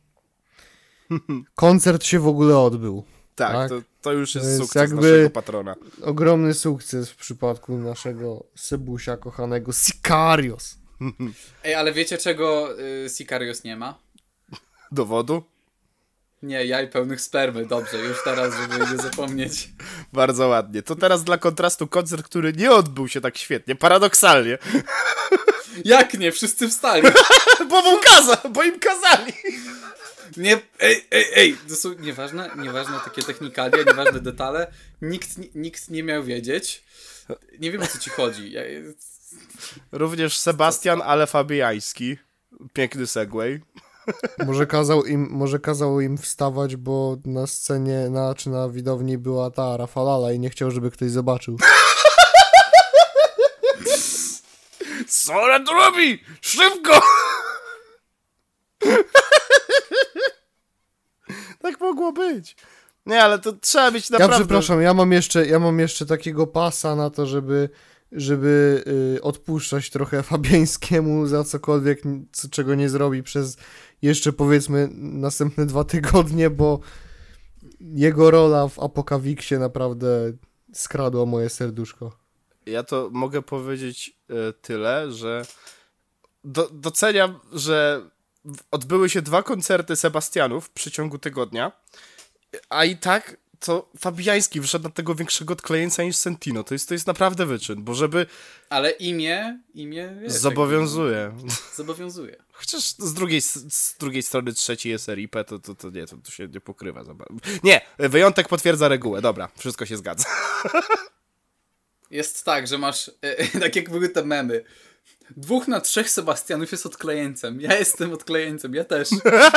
koncert się w ogóle odbył. Tak, tak? to już jest To jest sukces jakby- naszego patrona. Ogromny sukces w przypadku naszego Sebusia kochanego Sicarios. Ej, ale wiecie czego Sicarios nie ma? Dowodu? Nie, jaj pełnych spermy, dobrze, już teraz, żeby nie zapomnieć. Bardzo ładnie. To teraz dla kontrastu koncert, który nie odbył się tak świetnie, paradoksalnie. Jak nie? Wszyscy wstali. Bo im kazali. Nie, ej, to są nieważne takie technikalia, nieważne detale. Nikt nie miał wiedzieć. Nie wiem, o co ci chodzi. Również Sebastian, ale fabiański. Piękny segway. Może kazał im wstawać, bo na scenie, czy na widowni była ta Rafalala i nie chciał, żeby ktoś zobaczył. Co ona tu robi? Szybko! Tak mogło być. Nie, ale to trzeba mieć naprawdę... Ja przepraszam, ja mam jeszcze takiego pasa na to, żeby odpuszczać trochę Fabiańskiemu za cokolwiek, czego nie zrobi przez jeszcze powiedzmy następne 2 tygodnie, bo jego rola w Apokawiksie naprawdę skradła moje serduszko. Ja to mogę powiedzieć tyle, że doceniam, że odbyły się 2 koncerty Sebastianów w przeciągu tygodnia, a i tak to Fabiański wyszedł na tego większego odklejeńca niż Sentino. To jest naprawdę wyczyn, bo żeby... Ale imię wiesz, zobowiązuje. Zobowiązuje. Chociaż z drugiej strony trzeci jest RIP, to nie, to się nie pokrywa. Nie, wyjątek potwierdza regułę. Dobra, wszystko się zgadza. Jest tak, że masz, tak jak były te memy, 2 na 3 Sebastianów jest odklejeńcem. Ja jestem odklejeńcem, ja też.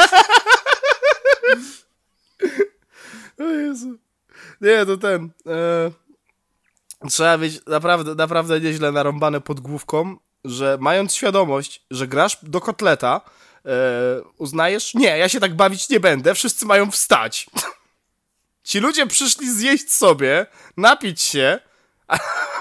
O Jezu. Nie, to trzeba mieć naprawdę nieźle narąbane pod główką, że mając świadomość, że grasz do kotleta, uznajesz, nie, ja się tak bawić nie będę, wszyscy mają wstać. Ci ludzie przyszli zjeść sobie, napić się, a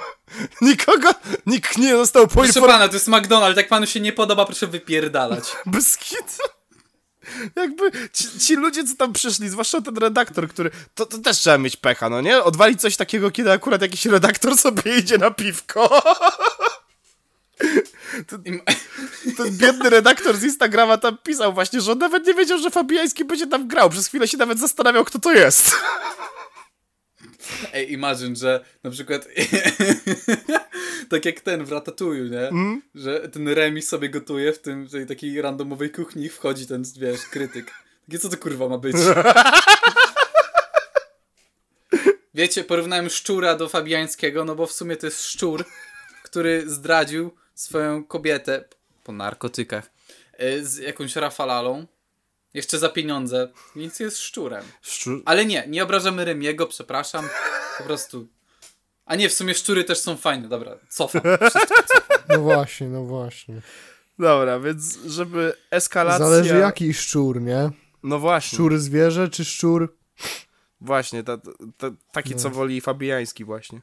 nikt nie został Proszę pana, to jest McDonald's, jak panu się nie podoba, proszę wypierdalać. Bez kitu. Jakby ci ludzie, co tam przyszli, zwłaszcza ten redaktor, który... To też trzeba mieć pecha, no nie? Odwalić coś takiego, kiedy akurat jakiś redaktor sobie idzie na piwko. Ten biedny redaktor z Instagrama tam pisał właśnie, że on nawet nie wiedział, że Fabiański będzie tam grał. Przez chwilę się nawet zastanawiał, kto to jest. Ej, imagine, że na przykład tak jak ten w Ratatouille, nie? Że ten Remi sobie gotuje w tej takiej randomowej kuchni, wchodzi ten, wiesz, krytyk. Takie, co to kurwa ma być? Wiecie, porównałem szczura do Fabiańskiego, no bo w sumie to jest szczur, który zdradził swoją kobietę po narkotykach z jakąś Rafalalą. Jeszcze za pieniądze, więc jest szczurem. Ale nie obrażamy Remiego, przepraszam. Po prostu. A nie, w sumie szczury też są fajne. Dobra, cofam. Wszystko cofam. No właśnie. Dobra, więc żeby eskalacja... Zależy jaki szczur, nie? No właśnie. Szczur zwierzę czy szczur... Właśnie, taki co woli Fabiański właśnie.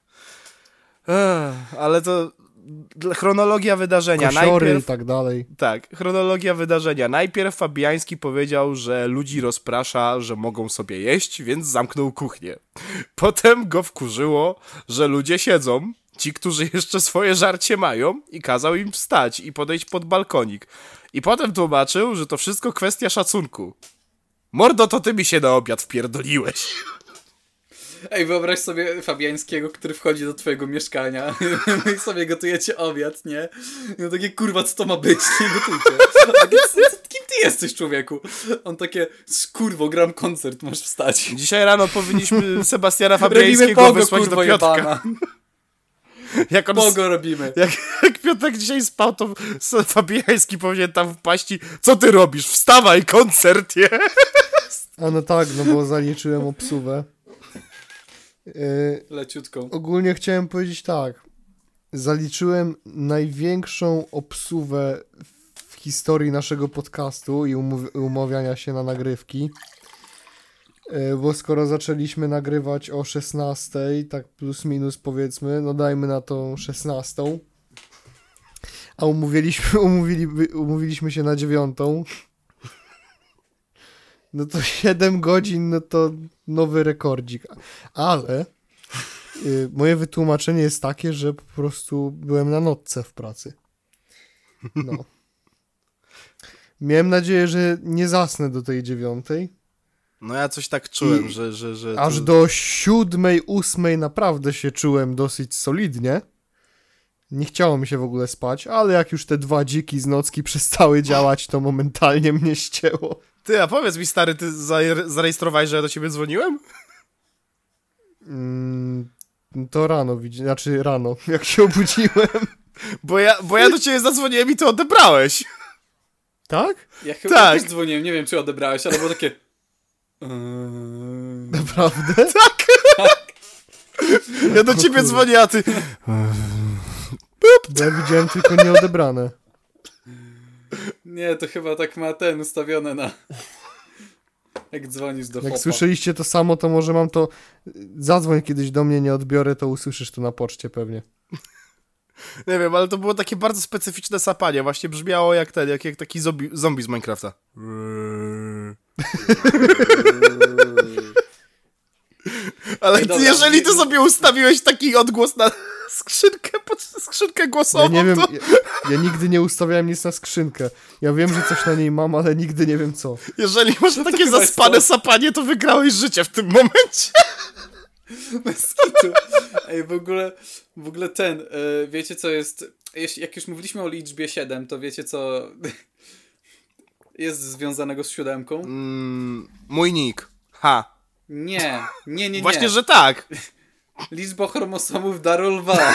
Ale to chronologia wydarzenia. Kosiory i tak dalej. Tak, chronologia wydarzenia. Najpierw Fabiański powiedział, że ludzi rozprasza, że mogą sobie jeść, więc zamknął kuchnię. Potem go wkurzyło, że ludzie siedzą, ci, którzy jeszcze swoje żarcie mają, i kazał im wstać i podejść pod balkonik. I potem tłumaczył, że to wszystko kwestia szacunku. Mordo, to ty mi się na obiad wpierdoliłeś. Ej, wyobraź sobie Fabiańskiego, który wchodzi do twojego mieszkania i sobie gotujecie obiad, nie? I on takie, kurwa, co to ma być? Nie gotujcie. Takie, kim ty jesteś, człowieku? On takie, kurwo, gram koncert, masz wstać. Dzisiaj rano powinniśmy Sebastiana Fabiańskiego wysłać do Piotrka. Jak on Pogo robimy. Jak Piotrek dzisiaj spał, to Fabiański powinien tam wpaść i co ty robisz? Wstawaj, koncert jest! A no tak, no bo zaliczyłem obsługę. Leciutką. Ogólnie chciałem powiedzieć tak. Zaliczyłem największą obsługę w historii naszego podcastu i umawiania się na nagrywki. Bo skoro zaczęliśmy nagrywać o 16:00, tak plus minus powiedzmy, no dajmy na tą 16:00, a umówiliśmy się na 9:00, no to 7 godzin, no to nowy rekordzik. Ale moje wytłumaczenie jest takie, że po prostu byłem na nocce w pracy. No. Miałem nadzieję, że nie zasnę do tej 9:00. No ja coś tak czułem, że Aż to... do 7, 8 naprawdę się czułem dosyć solidnie. Nie chciało mi się w ogóle spać, ale jak już te 2 dziki z nocki przestały działać, to momentalnie mnie ścięło. Ty, a powiedz mi, stary, ty zarejestrowałeś, że ja do ciebie dzwoniłem? To rano, znaczy rano, jak się obudziłem. Bo ja do ciebie zadzwoniłem i ty odebrałeś. Tak? Ja chyba Tak. też dzwoniłem, nie wiem czy odebrałeś, ale było takie... Naprawdę? Ja do ciebie dzwonię, a ty... Bo ja widziałem tylko nieodebrane. Nie, to chyba tak ma ten ustawione na... Jak dzwonisz do Jak hopa. słyszeliście to samo, to może mam to... Zadzwoń kiedyś do mnie, nie odbiorę, to usłyszysz to na poczcie pewnie. Nie wiem, ale to było takie bardzo specyficzne sapanie. Właśnie brzmiało jak taki zombie z Minecrafta. Ale Ej, dobra, jeżeli ty sobie ustawiłeś taki odgłos na skrzynkę głosową, Ja nie wiem, to... ja nigdy nie ustawiałem nic na skrzynkę. Ja wiem, że coś na niej mam, ale nigdy nie wiem co. Jeżeli masz takie chyba jest zaspane to? sapanie, to wygrałeś życie w tym momencie. Bez kitu. Ej, w ogóle ten, wiecie co jest, jak już mówiliśmy o liczbie 7, to wiecie co jest związanego z 7? Mój nick. Ha. Nie. Właśnie, że tak. Liczba chromosomów Daryl lwa.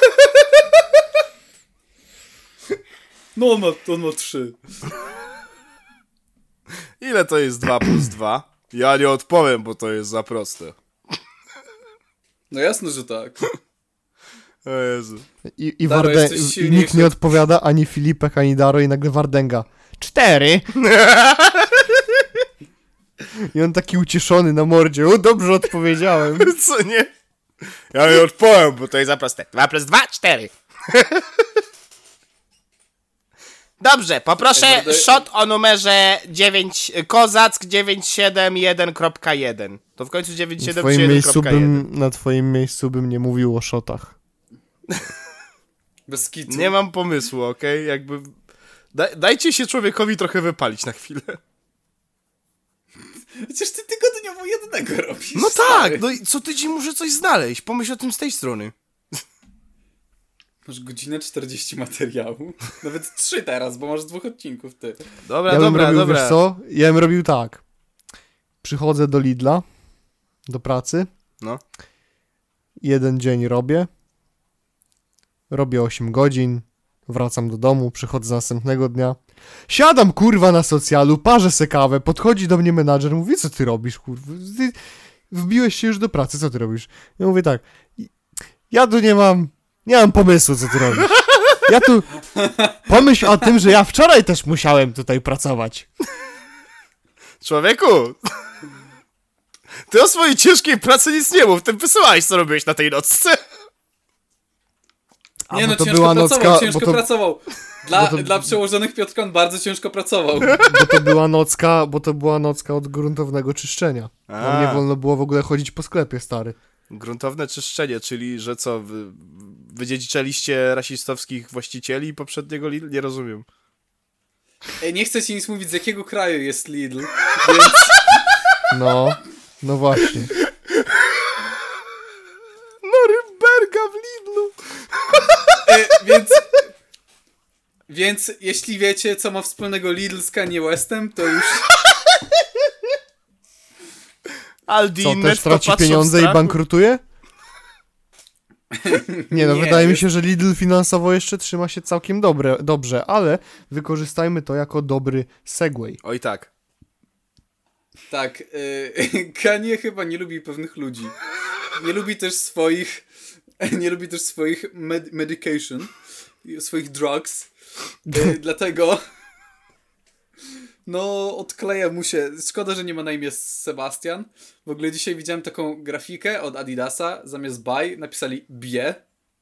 No on ma 3. Ile to jest 2 plus 2? Ja nie odpowiem, bo to jest za proste. No jasne, że tak. O Jezu. I Daro, jesteś nikt silniejszy nie od- odpowiada, ani Filipek, ani Daro i nagle Wardęga. 4! I on taki ucieszony na mordzie. O, dobrze odpowiedziałem. Co nie? Ja nie odpowiem, bo to jest za proste. 2 plus 2, 4. Dobrze, poproszę Ej, mordo- shot o numerze 9, Kozack 971.1. To w końcu 971.1. Na twoim miejscu bym nie mówił o szotach. Bez kitu. Nie mam pomysłu, okej? Jakby... Dajcie się człowiekowi trochę wypalić na chwilę. Przecież ty tygodniowo jednego robisz. No stary. tak, no i co tydzień muszę coś znaleźć. Pomyśl o tym z tej strony. Masz godzinę 40 materiału. Nawet 3 teraz, bo masz 2 odcinków, ty. Dobra, Ja bym dobra, robił, dobra. wiesz co? Ja bym robił tak. Przychodzę do Lidla, do pracy. No. Jeden dzień robię. Robię 8 godzin. Wracam do domu, przychodzę następnego dnia. Siadam, kurwa, na socjalu, parzę se kawę, podchodzi do mnie menadżer, mówi, co ty robisz, kurwa? Ty wbiłeś się już do pracy, co ty robisz? Ja mówię tak, ja tu nie mam pomysłu, co ty robisz. Ja tu pomyśl o tym, że ja wczoraj też musiałem tutaj pracować. Człowieku! Ty o swojej ciężkiej pracy nic nie mów. Ty wysyłałeś, co robiłeś na tej nocce. Nie bo no, to ciężko była pracował, nocka- ciężko bo to- pracował. Dla przełożonych Piotrka on bardzo ciężko pracował. Bo to była nocka od gruntownego czyszczenia. Tam A. nie wolno było w ogóle chodzić po sklepie, stary. Gruntowne czyszczenie, czyli że co, wydziedziczaliście rasistowskich właścicieli poprzedniego Lidl? Nie rozumiem. Ej, nie chcę ci nic mówić, z jakiego kraju jest Lidl, więc No właśnie. Norymberga w Lidlu! więc jeśli wiecie, co ma wspólnego Lidl z Kanye Westem, to już... Aldi Co, i też Netto traci patrzą w pieniądze i strachu. bankrutuje? Nie no, Nie, wydaje mi jest- się, że Lidl finansowo jeszcze trzyma się całkiem dobrze, ale wykorzystajmy to jako dobry segway. Oj tak. Tak, Kanye chyba nie lubi pewnych ludzi. Nie lubi też swoich medication, swoich drugs. Dlatego no odkleja mu się. Szkoda, że nie ma na imię Sebastian. W ogóle dzisiaj widziałem taką grafikę od Adidasa. Zamiast buy napisali bie.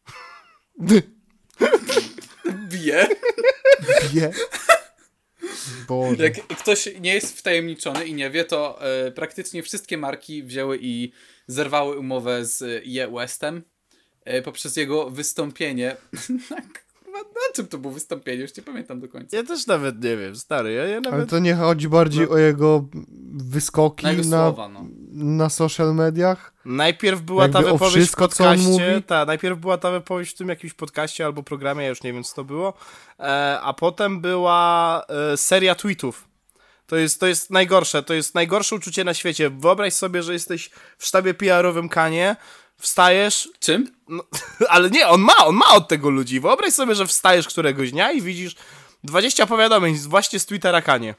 Bie. Nie. Boże. Jak ktoś nie jest wtajemniczony i nie wie, to praktycznie wszystkie marki wzięły i zerwały umowę z Ye Westem poprzez jego wystąpienie na Na czym to było wystąpienie? Już nie pamiętam do końca. Ja też nawet nie wiem, stary, ja Ale nawet... to nie chodzi bardziej o jego wyskoki Na jego słowa, no. na social mediach? Najpierw była Jakby ta o wypowiedź wszystko, w co on podcaście, mówi? najpierw była ta wypowiedź w tym jakimś podcaście albo programie, ja już nie wiem co to było, a potem była seria tweetów. To jest najgorsze, to jest najgorsze uczucie na świecie. Wyobraź sobie, że jesteś w sztabie PR-owym Kanie, wstajesz, Czym? no, ale nie, on ma od tego ludzi. Wyobraź sobie, że wstajesz któregoś dnia i widzisz 20 powiadomień właśnie z Twittera Kanie.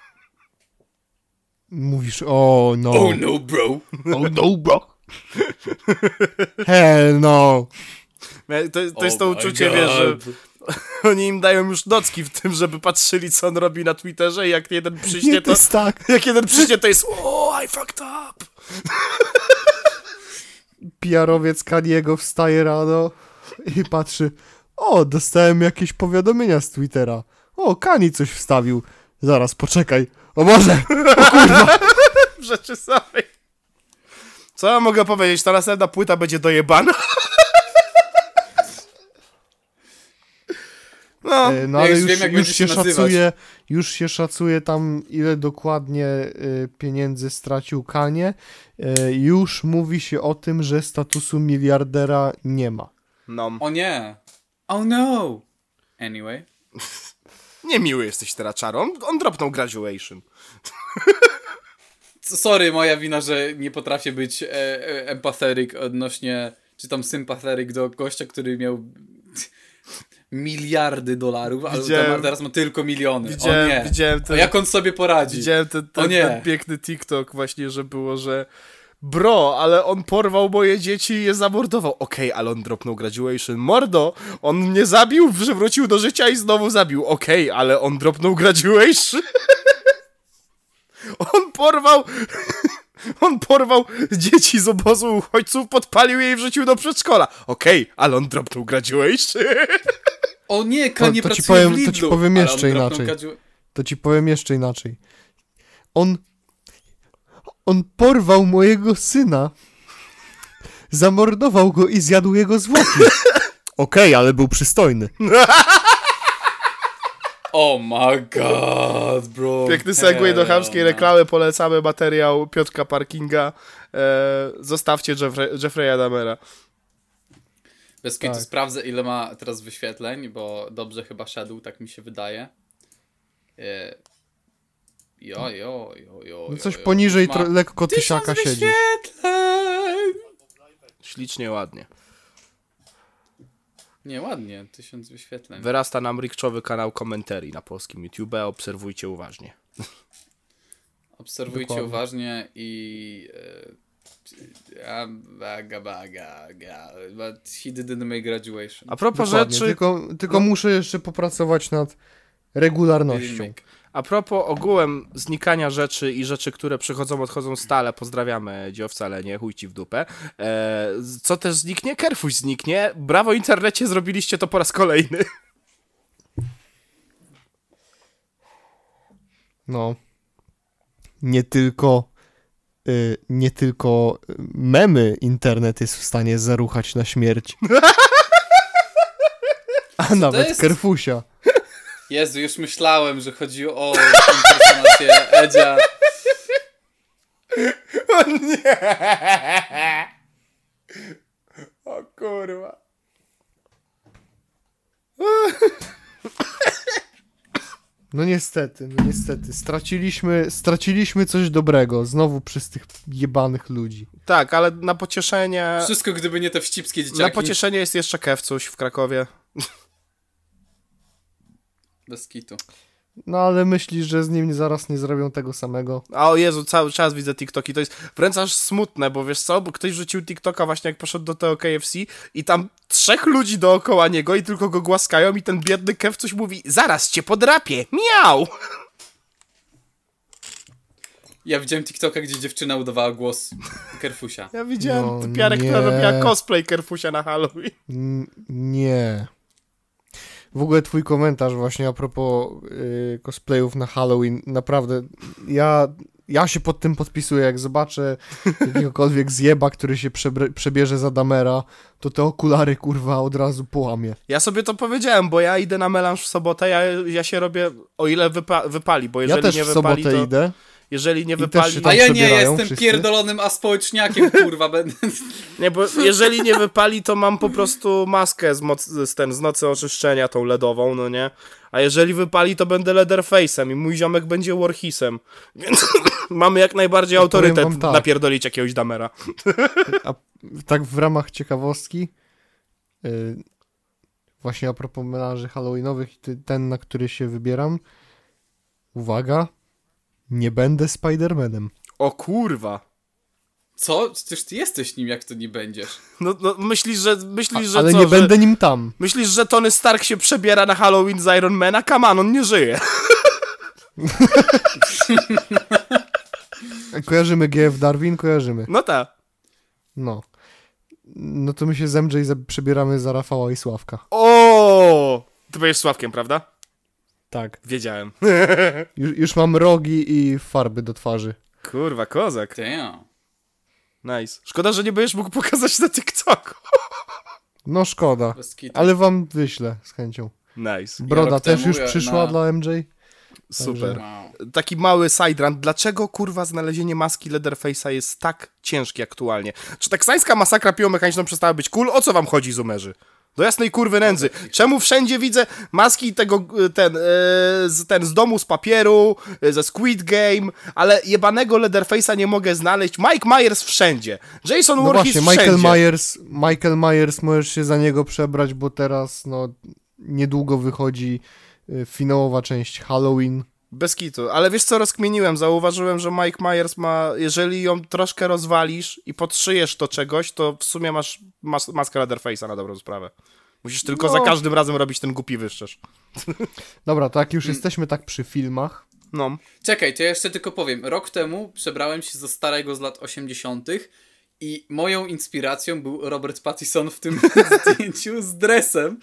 Mówisz, oh no. Oh no, bro. Oh no, bro. Hell no. To jest to uczucie, wiesz, że oni im dają już nocki w tym, żeby patrzyli, co on robi na Twitterze i jak jeden przyśnie, Nie, to... jest tak. Jak jeden przyśnie, to jest oh, I fucked up. PR-owiec Kaniego wstaje rano i patrzy, o, dostałem jakieś powiadomienia z Twittera. O, Kani coś wstawił. Zaraz, poczekaj. O Boże! W rzeczy samej. Co ja mogę powiedzieć? Ta następna płyta będzie dojebana. No, No ale już już, wiem, jak już będzie się się nazywać. szacuje tam, ile dokładnie pieniędzy stracił Kanie. Już mówi się o tym, że statusu miliardera nie ma. no. O nie. Oh no. Anyway. Niemiły jesteś teraz, Czaro. On dropnął Graduation. Sorry, moja wina, że nie potrafię być empathetic odnośnie, czy tam sympathetic do gościa, który miał miliardy dolarów, ale teraz ma tylko miliony. O nie. Widziałem O, jak on sobie poradzi? Widziałem O nie. ten piękny TikTok właśnie, że było, że bro, ale on porwał moje dzieci i je zamordował. Okej, ale on dropnął Graduation. Mordo, on mnie zabił, przywrócił do życia i znowu zabił. Okej, ale on dropnął Graduation. On porwał dzieci z obozu uchodźców, podpalił je i wrzucił do przedszkola. Okej, ale on dropnął Graduation. O nie, Kanye To ci pracuje powiem- w Lidlu. to ci powiem Ale jeszcze on dropnął inaczej. To ci powiem jeszcze inaczej. On porwał mojego syna, zamordował go i zjadł jego zwłoki. Okej, ale był przystojny. Oh my god, bro. Piękny segway do Hell chamskiej no. reklamy, polecamy materiał Piotrka Parkinga. Zostawcie Jeffrey'a Dahmera. Bez kitu Tak. sprawdzę, ile ma teraz wyświetleń, bo dobrze chyba szedł, tak mi się wydaje. Jo. No coś poniżej Ma lekko 1000 tysiaka siedzi. wyświetleń! Ślicznie, ładnie. Nie, ładnie, 1000 wyświetleń. Wyrasta nam rikczowy kanał komentarii na polskim YouTube. Obserwujcie uważnie. Obserwujcie Dokładnie. uważnie i... But he didn't make graduation. A propos Dokładnie, rzeczy... tylko muszę jeszcze popracować nad regularnością. Didn't make. A propos ogółem znikania rzeczy i rzeczy, które przychodzą, odchodzą stale, pozdrawiamy Dzio, wcale nie, chuj ci w dupę. Co też zniknie? Kerfuś zniknie. Brawo internecie, zrobiliście to po raz kolejny. No. Nie tylko memy internet jest w stanie zaruchać na śmierć. A nawet jest? Kerfusia. Jezu, już myślałem, że chodzi o impersonację Edzia. O nie! O kurwa. No niestety. Straciliśmy coś dobrego. Znowu przez tych jebanych ludzi. Tak, ale na pocieszenie... Wszystko, gdyby nie te wścibskie dzieciaki. Na pocieszenie jest jeszcze Kewcuś w Krakowie. Bez kitu. No ale myślisz, że z nim zaraz nie zrobią tego samego? A o Jezu, cały czas widzę TikToki, to jest wręcz aż smutne, bo wiesz co, bo ktoś rzucił TikToka właśnie jak poszedł do tego KFC i tam 3 ludzi dookoła niego i tylko go głaskają i ten biedny Kev coś mówi, zaraz cię podrapię, miau! Ja widziałem TikToka, gdzie dziewczyna udawała głos Kerfusia. Ja widziałem No typiarę, która nie. robiła cosplay Kerfusia na Halloween. Nie. W ogóle twój komentarz właśnie a propos cosplayów na Halloween, naprawdę, ja Ja się pod tym podpisuję, jak zobaczę jakiegokolwiek zjeba, który się przebierze za Damera, to te okulary, kurwa, od razu połamie. Ja sobie to powiedziałem, bo ja idę na melanż w sobotę, ja się robię, o ile wypali, bo jeżeli Ja też nie w wypali, sobotę to... idę. Jeżeli nie I wypali... też się tam A ja nie przebierają jestem wszyscy. pierdolonym aspołeczniakiem, kurwa, będę... Nie, bo jeżeli nie wypali, to mam po prostu maskę z nocy oczyszczenia, tą LEDową, no nie? A jeżeli wypali, to będę Leatherface'em i mój ziomek będzie Warhisem. Więc mamy jak najbardziej Ja powiem autorytet wam tak. napierdolić jakiegoś Damera. A tak w ramach ciekawostki, właśnie a propos melanży halloweenowych, ten, na który się wybieram, uwaga, nie będę Spider-Manem. O kurwa. Co? Przecież ty jesteś nim, jak to nie będziesz. No myślisz, że Ale co, nie że... będę nim tam. Myślisz, że Tony Stark się przebiera na Halloween z Iron Mana? Come on, on nie żyje. Kojarzymy GF Darwin? Kojarzymy. No tak. No. No to my się z MJ przebieramy za Rafała i Sławka. O! Ty będziesz Sławkiem, prawda? Tak. Wiedziałem. Już mam rogi i farby do twarzy. Kurwa, kozak. Damn. Nice. Szkoda, że nie będziesz mógł pokazać na TikToku. No szkoda. Bez kitu. Ale wam wyślę z chęcią. Nice. Broda rok też temu już ja przyszła na- dla MJ? Super. Wow. Taki mały sidetrant. Dlaczego, kurwa, znalezienie maski Leatherface'a jest tak ciężkie aktualnie? Czy teksańska masakra piłomechaniczną przestała być cool? O co wam chodzi, zoomerzy? Do jasnej kurwy nędzy. Czemu wszędzie widzę maski z domu z papieru, ze Squid Game, ale jebanego Leatherface'a nie mogę znaleźć. Mike Myers wszędzie. Jason No Voorhees właśnie, wszędzie. Michael Myers, możesz się za niego przebrać, bo teraz no niedługo wychodzi finałowa część Halloween. Bez kitu. Ale wiesz co rozkminiłem? Zauważyłem, że Mike Myers ma, jeżeli ją troszkę rozwalisz i podszyjesz to czegoś, to w sumie masz maskę Leatherface'a na dobrą sprawę. Musisz tylko za każdym razem robić ten głupi wyszczerz. Dobra, to jak już jesteśmy tak przy filmach, No. Czekaj, to ja jeszcze tylko powiem. Rok temu przebrałem się za starego z lat 80. i moją inspiracją był Robert Pattinson w tym zdjęciu z dresem.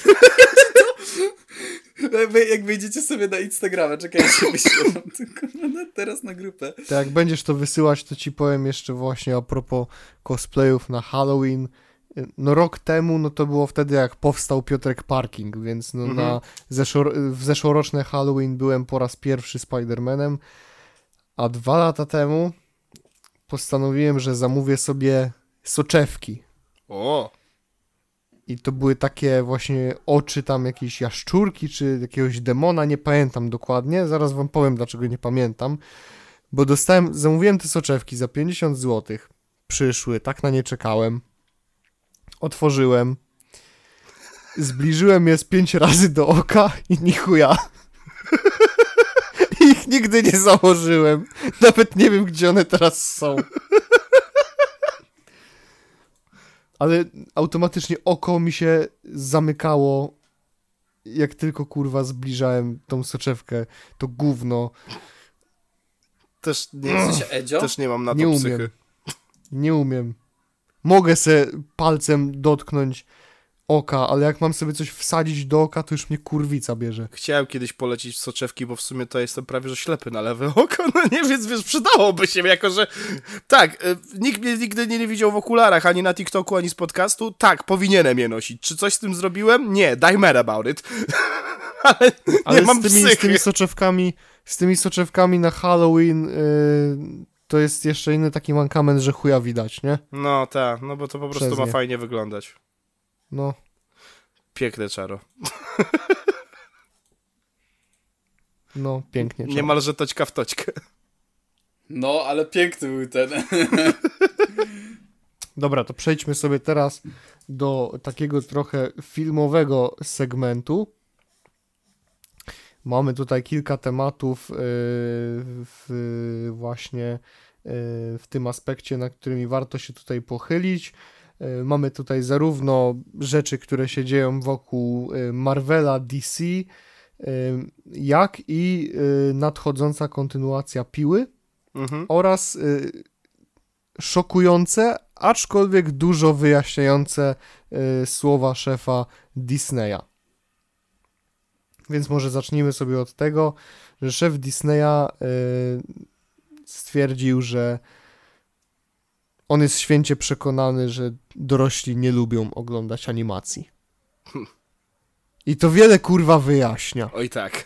Jak wejdziecie sobie na Instagrama, czekajcie, wyślę wam tylko teraz na grupę. to jak będziesz to wysyłać, to ci powiem jeszcze właśnie a propos cosplayów na Halloween. No rok temu, no to było wtedy jak powstał Piotrek Parking, więc no w zeszłoroczne Halloween byłem po raz pierwszy Spider-Manem, a 2 lata temu postanowiłem, że zamówię sobie soczewki. O. I to były takie właśnie oczy tam jakiejś jaszczurki, czy jakiegoś demona, nie pamiętam dokładnie, zaraz wam powiem dlaczego nie pamiętam, bo zamówiłem te soczewki za 50 zł, przyszły, tak na nie czekałem, otworzyłem, zbliżyłem je z 5 razy do oka i ni chuja. Ich nigdy nie założyłem, nawet nie wiem gdzie one teraz są. Ale automatycznie oko mi się zamykało, jak tylko kurwa zbliżałem tą soczewkę, to gówno. Też nie, W sensie Edzio? też nie mam na to Nie psychy. umiem. Nie umiem. Mogę se palcem dotknąć oka, ale jak mam sobie coś wsadzić do oka, to już mnie kurwica bierze. Chciałem kiedyś polecić w soczewki, bo w sumie to jestem prawie że ślepy na lewe oko, no nie, więc wiesz, przydałoby się, jako że tak, nikt mnie nigdy nie widział w okularach, ani na TikToku, ani z podcastu, tak, powinienem je nosić. Czy coś z tym zrobiłem? Nie, die mad about it. Ale nie mam psychy. Z tymi soczewkami na Halloween to jest jeszcze inny taki mankament, że chuja widać, nie? No tak, no bo to po prostu Przez ma nie. fajnie wyglądać. No. Piękne czaro. No, pięknie. Niemalże toćka w toćkę. No, ale piękny był ten. Dobra, to przejdźmy sobie teraz do takiego trochę filmowego segmentu. Mamy tutaj kilka tematów w tym aspekcie, nad którymi warto się tutaj pochylić. Mamy tutaj zarówno rzeczy, które się dzieją wokół Marvela, DC, jak i nadchodząca kontynuacja Piły oraz szokujące, aczkolwiek dużo wyjaśniające słowa szefa Disneya. Więc może zacznijmy sobie od tego, że szef Disneya stwierdził, że on jest święcie przekonany, że dorośli nie lubią oglądać animacji. I to wiele kurwa wyjaśnia. Oj tak.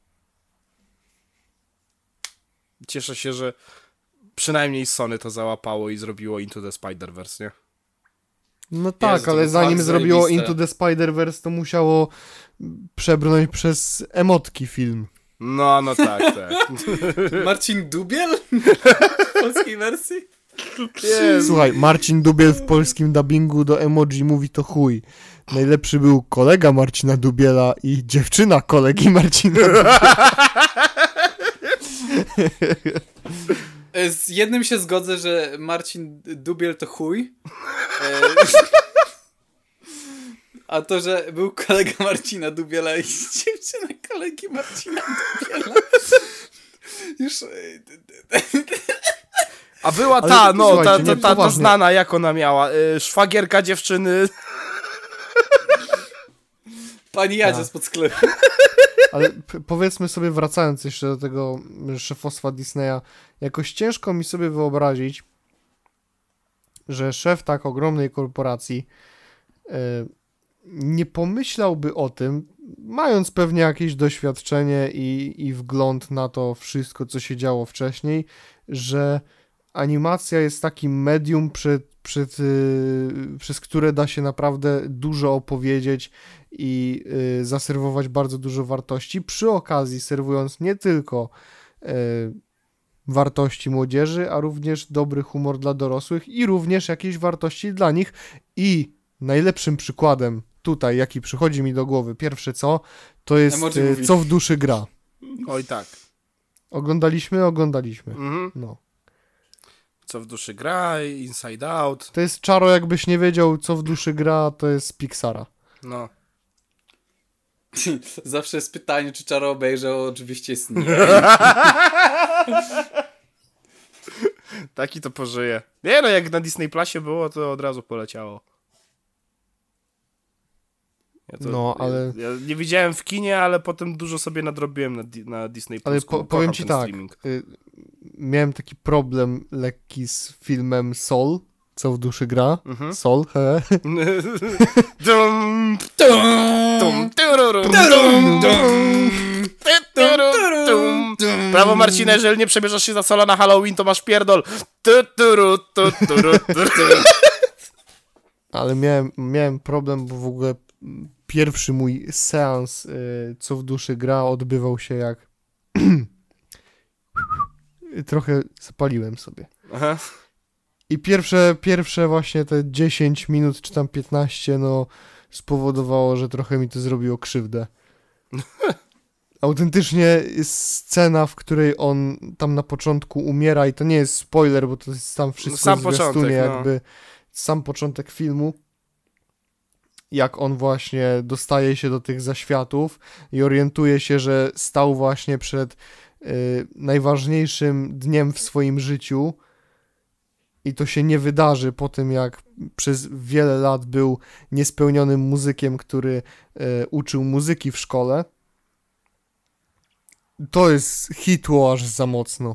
Cieszę się, że przynajmniej Sony to załapało i zrobiło Into the Spider-Verse, nie? No tak, Jezu, to ale jest zanim tak zrobiło zajebiste. Into the Spider-Verse, to musiało przebrnąć przez emotki film. No tak. Marcin Dubiel? W polskiej wersji? Jezu. Słuchaj, Marcin Dubiel w polskim dubbingu do emoji mówi to chuj. Najlepszy był kolega Marcina Dubiela i dziewczyna kolegi Marcina Dubiela. Z jednym się zgodzę, że Marcin Dubiel to chuj. A to, że był kolega Marcina Dubiela i dziewczyna kolegi Marcina Dubiela. Już... A była Ale ta, no, słuchajcie, nie, ta poważnie. znana, jak ona miała? Szwagierka dziewczyny. Pani Jadzia Tak. spod sklepu. Ale powiedzmy sobie, wracając jeszcze do tego szefostwa Disneya, jakoś ciężko mi sobie wyobrazić, że szef tak ogromnej korporacji nie pomyślałby o tym, mając pewnie jakieś doświadczenie i wgląd na to wszystko, co się działo wcześniej, że animacja jest takim medium, przez które da się naprawdę dużo opowiedzieć i zaserwować bardzo dużo wartości, przy okazji serwując nie tylko wartości młodzieży, a również dobry humor dla dorosłych i również jakieś wartości dla nich. I najlepszym przykładem tutaj, jaki przychodzi mi do głowy, pierwsze co, to jest Emoji mówi. Co w duszy gra. Oj tak. Oglądaliśmy. Mhm. No. Co w duszy gra, Inside Out. To jest czaro, jakbyś nie wiedział, co w duszy gra, to jest z Pixara. No. Zawsze jest pytanie, czy Czaro obejrzał, oczywiście jest nie. Taki to pożyje. Nie no, jak na Disney Plusie było, to od razu poleciało. No, ale- Ja nie widziałem w kinie, ale potem dużo sobie nadrobiłem na Disney Plus. Ale Kocham powiem ci ten tak, streaming. miałem taki problem lekki z filmem Soul, co w duszy gra. Mhm. Soul, he. Dum, tum, tururum, dum, dum, tururum. Brawo Marcina, jeżeli nie przebierzesz się za Sola na Halloween, to masz pierdol. Ale miałem problem, bo w ogóle pierwszy mój seans, co w duszy gra, odbywał się jak trochę zapaliłem sobie. Aha. I pierwsze właśnie te 10 minut, czy tam 15, no spowodowało, że trochę mi to zrobiło krzywdę. Autentycznie jest scena, w której on tam na początku umiera i to nie jest spoiler, bo to jest tam wszystko Sam w zwiastunie, początek, no. jakby sam początek filmu, jak on właśnie dostaje się do tych zaświatów i orientuje się, że stał właśnie przed najważniejszym dniem w swoim życiu i to się nie wydarzy po tym, jak przez wiele lat był niespełnionym muzykiem, który uczył muzyki w szkole. To jest hitło aż za mocno.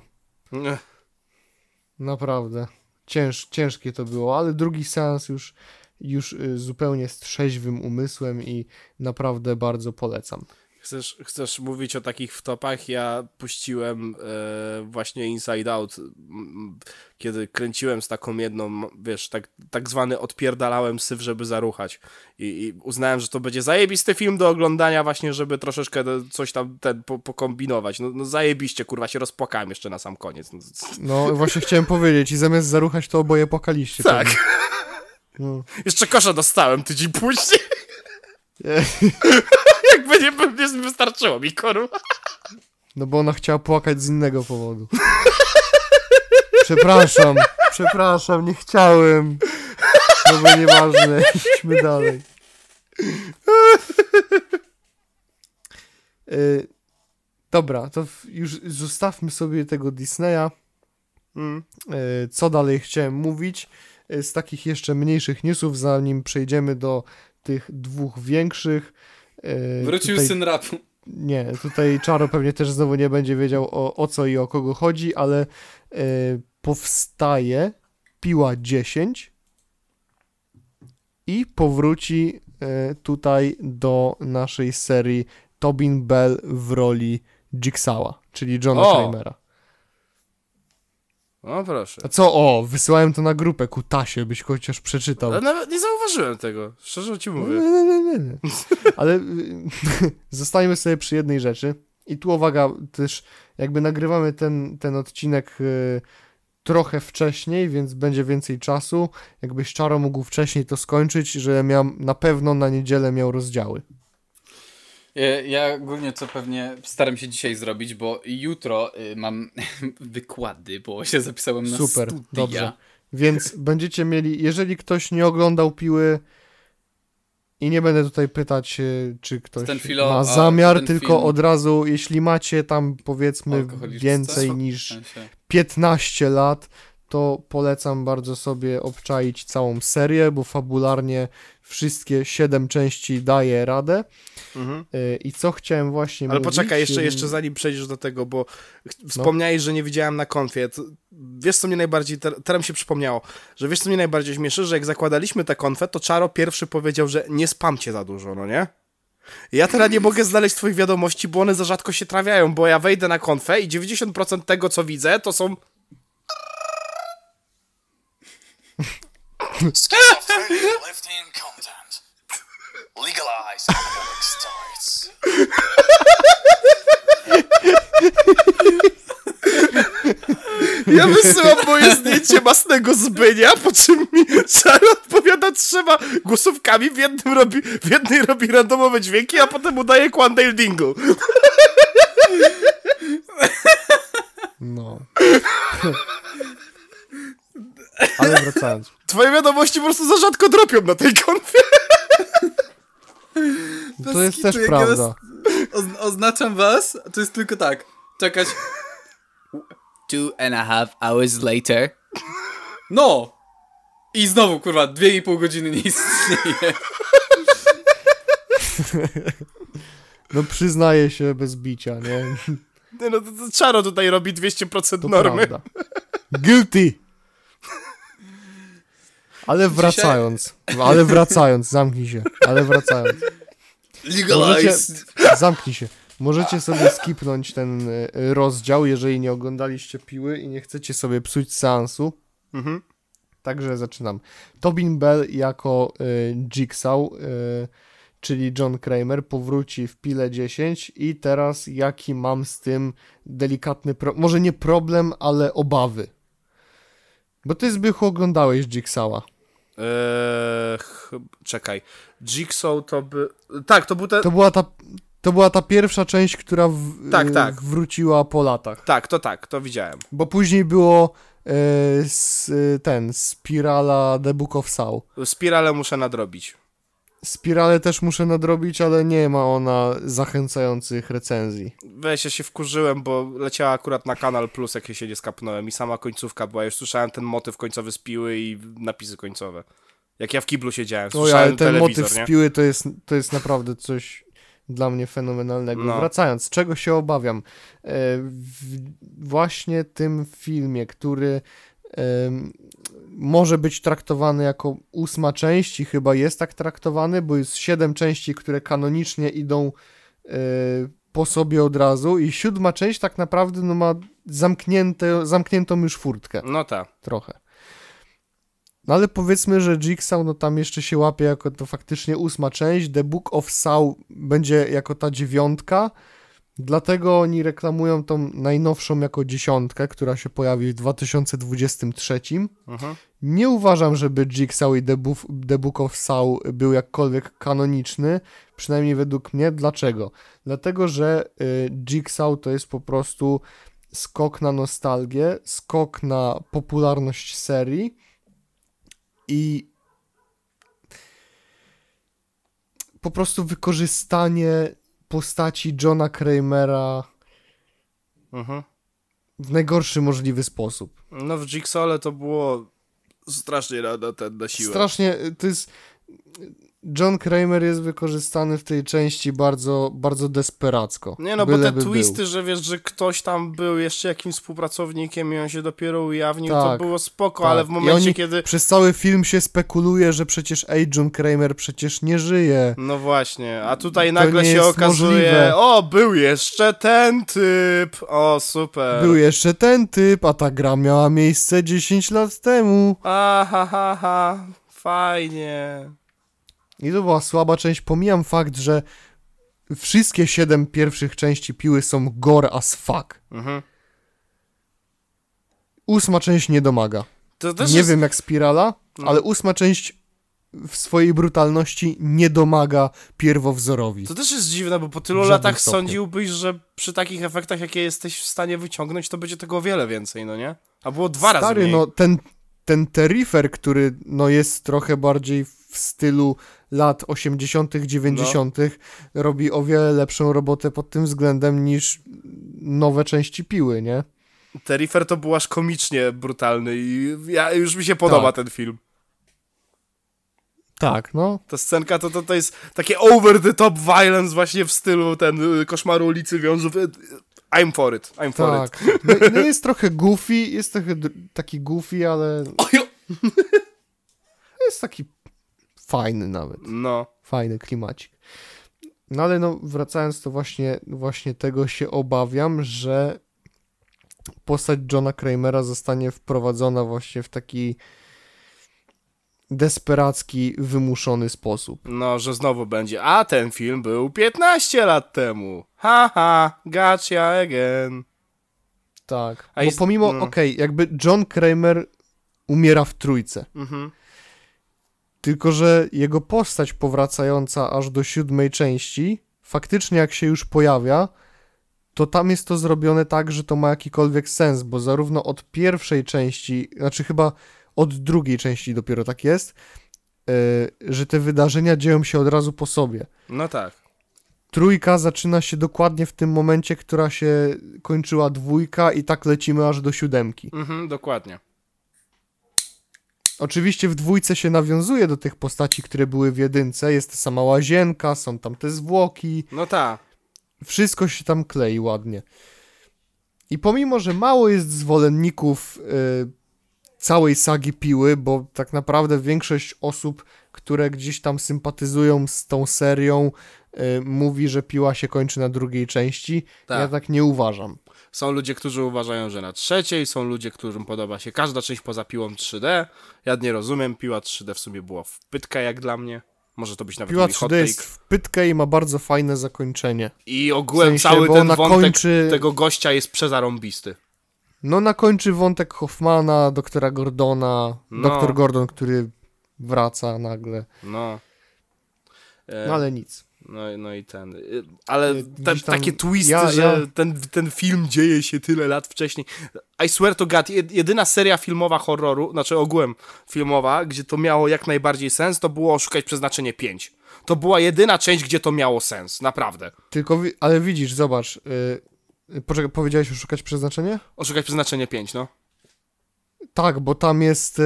Naprawdę. Ciężkie to było, ale drugi seans już zupełnie z trzeźwym umysłem i naprawdę bardzo polecam. Chcesz mówić o takich wtopach? Ja puściłem właśnie Inside Out, kiedy kręciłem z taką jedną, wiesz, tak zwany odpierdalałem syf, żeby zaruchać. I uznałem, że to będzie zajebisty film do oglądania właśnie, żeby troszeczkę coś tam pokombinować. No zajebiście, kurwa, się rozpłakałem jeszcze na sam koniec. No właśnie chciałem powiedzieć i zamiast zaruchać to oboje płakaliście. Tak. pewnie. No. Jeszcze kosza dostałem tydzień później. Jakby nie wystarczyło mi, kurwa. No bo ona chciała płakać z innego powodu. Przepraszam, nie chciałem. No bo nieważne, idźmy dalej. Dobra, to już zostawmy sobie tego Disneya. Co dalej chciałem mówić? Z takich jeszcze mniejszych newsów, zanim przejdziemy do tych dwóch większych. Wrócił Tutaj- syn rapu. nie, tutaj Czaro pewnie też znowu nie będzie wiedział o co i o kogo chodzi, ale powstaje Piła 10 i powróci tutaj do naszej serii Tobin Bell w roli Jigsawa, czyli Johna Kramera. O, proszę. A co? O, wysyłałem to na grupę Kutasie, byś chociaż przeczytał. Ale nawet nie zauważyłem tego, szczerze ci mówię. Nie. Ale zostańmy sobie przy jednej rzeczy. I tu uwaga, też jakby nagrywamy ten odcinek trochę wcześniej, więc będzie więcej czasu. Jakbyś Czaro mógł wcześniej to skończyć, że na pewno na niedzielę miał rozdziały. Ja ogólnie co pewnie staram się dzisiaj zrobić, bo jutro mam wykłady, bo się zapisałem na Super, studia. dobrze. Więc będziecie mieli, jeżeli ktoś nie oglądał Piły i nie będę tutaj pytać, czy ktoś ma zamiar, tylko film, od razu, jeśli macie tam powiedzmy więcej niż 15 lat, to polecam bardzo sobie obczaić całą serię, bo fabularnie wszystkie 7 części daje radę. I co chciałem właśnie Ale mówić... Ale poczekaj, jeszcze zanim przejdziesz do tego, bo wspomniałeś, że nie widziałem na konfie. Wiesz, co mnie najbardziej... Teraz mi się przypomniało, że wiesz, co mnie najbardziej śmieszy, że jak zakładaliśmy tę konfę, to Czaro pierwszy powiedział, że nie spamcie za dużo, no nie? Ja teraz nie mogę znaleźć twoich wiadomości, bo one za rzadko się trafiają, bo ja wejdę na konfę i 90% tego, co widzę, to są... Schizophrenic lifting content. Legalize anabolic steroids. Ja wysyłam moje zdjęcie masnego Zbynia, po czym mi Czaro odpowiada 3 głosówkami, w jednej robi randomowe dźwięki, a potem udaje Quandale Dingle. No. Ale wracając. Twoje wiadomości po prostu za rzadko dropią na tej konfie. To jest też prawda. Oznaczam was, to jest tylko tak. Czekać 2.5 hours later. No! I znowu, kurwa, 2,5 godziny nie istnieje. No przyznaję się bez bicia, nie? No to Czaro tutaj robi 200% to normy. Prawda. Guilty! Ale wracając, zamknij się, Legalized. Zamknij się. Możecie sobie skipnąć ten rozdział, jeżeli nie oglądaliście Piły i nie chcecie sobie psuć seansu. Także zaczynam. Tobin Bell jako Jigsaw, czyli John Kramer, powróci w Pile 10 i teraz jaki mam z tym delikatny może nie problem, ale obawy. Bo ty Zbychu oglądałeś Jigsawa. Czekaj. Jigsaw to by... Tak, to był ten... To była ta pierwsza część, która tak. wróciła po latach. Tak, to widziałem. Bo później było Spirala The Book of Saw. Spiralę muszę nadrobić. Spiralę też muszę nadrobić, ale nie ma ona zachęcających recenzji. Weź, ja się wkurzyłem, bo leciała akurat na Kanal Plus, jak się nie skapnąłem i sama końcówka była. Już słyszałem ten motyw końcowy z Piły i napisy końcowe. Jak ja w kiblu siedziałem, słyszałem ale ten telewizor, motyw nie? z Piły to jest naprawdę coś dla mnie fenomenalnego. No. Wracając, czego się obawiam? W właśnie tym filmie, który może być traktowany jako 8 część i chyba jest tak traktowany, bo jest 7 części, które kanonicznie idą po sobie od razu i 7 część tak naprawdę ma zamkniętą już furtkę. No tak. Trochę. No ale powiedzmy, że Jigsaw, no tam jeszcze się łapie jako to faktycznie 8 część, The Book of Saw będzie jako ta 9, dlatego oni reklamują tą najnowszą jako 10, która się pojawi w 2023. Nie uważam, żeby Jigsaw i The Book of Saw był jakkolwiek kanoniczny, przynajmniej według mnie. Dlaczego? Dlatego, że Jigsaw to jest po prostu skok na nostalgię, skok na popularność serii i po prostu wykorzystanie postaci Johna Kramera w najgorszy możliwy sposób. No w Jigsawle to było strasznie na siłę. Strasznie, to jest John Kramer jest wykorzystany w tej części bardzo, bardzo desperacko. Nie no, bo te Byleby twisty, był. że wiesz, że ktoś tam był jeszcze jakimś współpracownikiem i on się dopiero ujawnił, Tak, to było spoko, tak. ale w I momencie, oni kiedy... Przez cały film się spekuluje, że przecież John Kramer przecież nie żyje. No właśnie, a tutaj To nagle nie się jest okazuje, możliwe. o, był jeszcze ten typ, o, super. Był jeszcze ten typ, a ta gra miała miejsce 10 lat temu. Ha, ha, ha, fajnie. I to była słaba część. Pomijam fakt, że wszystkie 7 pierwszych części Piły są gore as fuck. Mhm. 8 część nie domaga. To też Nie jest... wiem jak Spirala, ale 8 część w swojej brutalności nie domaga pierwowzorowi. To też jest dziwne, bo po tylu W żadnym latach stopniu. sądziłbyś, że przy takich efektach, jakie jesteś w stanie wyciągnąć, to będzie tego o wiele więcej, no nie? A było 2 razy Stary, mniej. no ten Terrifer, który no jest trochę bardziej w stylu lat 80., 90., robi o wiele lepszą robotę pod tym względem niż nowe części Piły, nie? Terrifer to był aż komicznie brutalny i już mi się podoba Tak. ten film. Tak, no. Ta scenka to jest takie over the top violence właśnie w stylu Koszmaru ulicy Wiązów. I'm for it. Tak. No jest trochę goofy, jest trochę taki goofy, ale jest taki fajny nawet. No. Fajny klimacik. No ale no wracając, to właśnie tego się obawiam, że postać Johna Kramera zostanie wprowadzona właśnie w taki desperacki, wymuszony sposób. No, że znowu będzie. A ten film był 15 lat temu. Haha, gotcha again. Tak. A Bo jest- pomimo, no. okej, jakby John Kramer umiera w trójce. Mhm. Tylko że jego postać powracająca aż do 7 części, faktycznie jak się już pojawia, to tam jest to zrobione tak, że to ma jakikolwiek sens, bo zarówno od pierwszej części, znaczy chyba od drugiej części dopiero tak jest, że te wydarzenia dzieją się od razu po sobie. No tak. Trójka zaczyna się dokładnie w tym momencie, która się kończyła dwójka i tak lecimy aż do 7. Mhm, dokładnie. Oczywiście w dwójce się nawiązuje do tych postaci, które były w jedynce, jest ta sama łazienka, są tam te zwłoki, No tak. wszystko się tam klei ładnie. I pomimo, że mało jest zwolenników całej sagi Piły, bo tak naprawdę większość osób, które gdzieś tam sympatyzują z tą serią, mówi, że Piła się kończy na drugiej części. Tak. Ja tak nie uważam. Są ludzie, którzy uważają, że na trzeciej, są ludzie, którym podoba się każda część poza Piłą 3D. Ja nie rozumiem, Piła 3D w sumie była wpytka jak dla mnie. Może to być nawet Piła mój hot 3D jest take. w pytkę i ma bardzo fajne zakończenie. I ogółem W sensie, cały bo ten ona wątek kończy- tego gościa jest przezarąbisty. No nakończy wątek Hoffmana, doktora Gordona, No. doktor Gordon, który wraca nagle. No. No ale nic. No i ten. Ale Gdzieś tam takie twisty, ja- że ten film dzieje się tyle lat wcześniej. I swear to God, jedyna seria filmowa horroru, znaczy ogółem filmowa, gdzie to miało jak najbardziej sens, to było Szukać Przeznaczenie 5. To była jedyna część, gdzie to miało sens, naprawdę. Tylko, ale widzisz, zobacz. Poczekaj, powiedziałeś Szukać Przeznaczenie? Oszukać Przeznaczenie 5, no. Tak, bo tam jest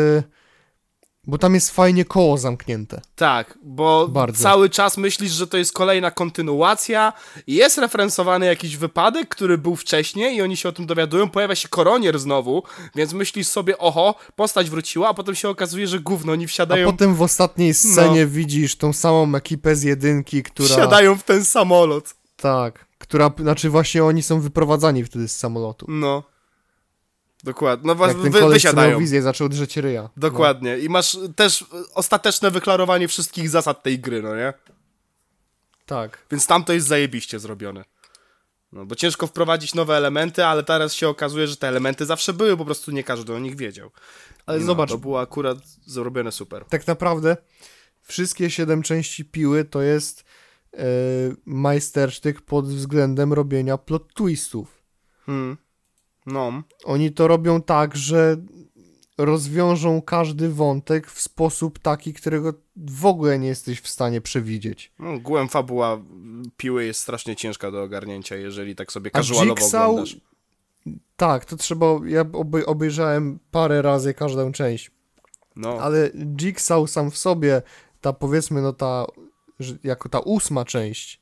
fajnie koło zamknięte. Tak, bo Bardzo. cały czas myślisz, że to jest kolejna kontynuacja i jest referencowany jakiś wypadek, który był wcześniej i oni się o tym dowiadują, pojawia się koronier znowu, więc myślisz sobie, oho, postać wróciła, a potem się okazuje, że gówno, oni A wsiadają, potem w ostatniej scenie widzisz tą samą ekipę z jedynki, która... wsiadają w ten samolot. Tak, znaczy właśnie oni są wyprowadzani wtedy z samolotu. No. Dokładnie. No Jak właśnie, ten koleś, co miał wysiadają. wizję, zaczął drzeć ryja. Dokładnie. I masz też ostateczne wyklarowanie wszystkich zasad tej gry, no nie? No, tak. Więc tam to jest zajebiście zrobione. No, bo ciężko wprowadzić nowe elementy, ale teraz się okazuje, że te elementy zawsze były, po prostu nie każdy o nich wiedział. Ale No, zobacz, to było akurat zrobione super. tak naprawdę wszystkie 7 części Piły to jest majstersztyk pod względem robienia plot twistów. No. Oni to robią tak, że rozwiążą każdy wątek w sposób taki, którego w ogóle nie jesteś w stanie przewidzieć. No, ogółem fabuła Piły jest strasznie ciężka do ogarnięcia, jeżeli tak sobie A casualowo Jigsaw- oglądasz. Tak, to trzeba, ja obejrzałem parę razy każdą część, No. ale Jigsaw sam w sobie ta powiedzmy, no ta, jako ta 8. część,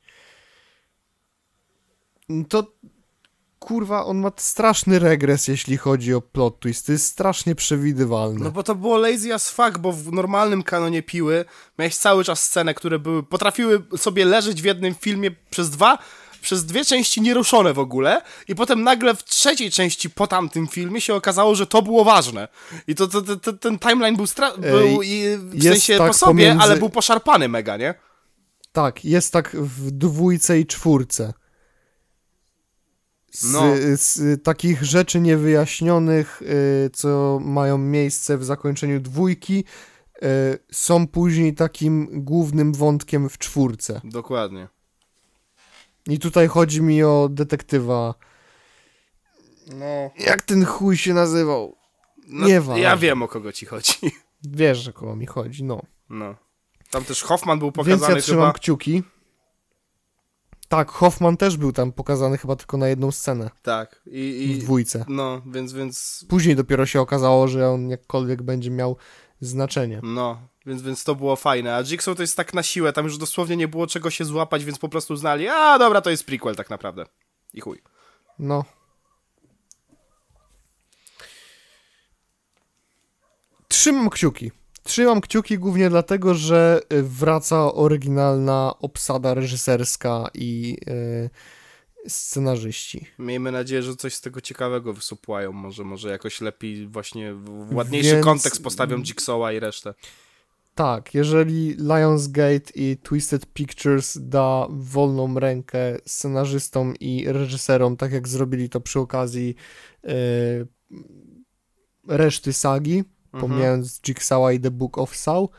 to kurwa, on ma straszny regres, jeśli chodzi o plot twist. To jest strasznie przewidywalne. No bo to było lazy as fuck, bo w normalnym kanonie Piły miałeś cały czas sceny, które potrafiły sobie leżeć w jednym filmie przez 2 części nieruszone w ogóle i potem nagle w 3. części po tamtym filmie się okazało, że to było ważne. I ten timeline był, w sensie tak po sobie, pomiędzy... ale był poszarpany mega, nie? Tak, jest tak w 2 i 4. Z takich rzeczy niewyjaśnionych, co mają miejsce w zakończeniu 2, są później takim głównym wątkiem w 4. Dokładnie. I tutaj chodzi mi o detektywa. No. Jak ten chuj się nazywał? No, Nie ważne. ja wiem, o kogo ci chodzi. Wiesz, o kogo mi chodzi, no. No. Tam też Hoffman był Więc pokazany ja trzymam chyba. kciuki. Tak, Hoffman też był tam pokazany chyba tylko na jedną scenę. Tak. W 2. No, więc... Później dopiero się okazało, że on jakkolwiek będzie miał znaczenie. No, więc to było fajne. A Jigsaw to jest tak na siłę, tam już dosłownie nie było czego się złapać, więc po prostu znali, a dobra, to jest prequel tak naprawdę. I chuj. No. Trzymam kciuki. Trzymam kciuki głównie dlatego, że wraca oryginalna obsada reżyserska i scenarzyści. Miejmy nadzieję, że coś z tego ciekawego wysupłają. Może jakoś lepiej właśnie w ładniejszy kontekst postawią Jigsawa i resztę. Tak, jeżeli Lionsgate i Twisted Pictures da wolną rękę scenarzystom i reżyserom, tak jak zrobili to przy okazji reszty sagi, pomijając Jigsawa i The Book of Saw,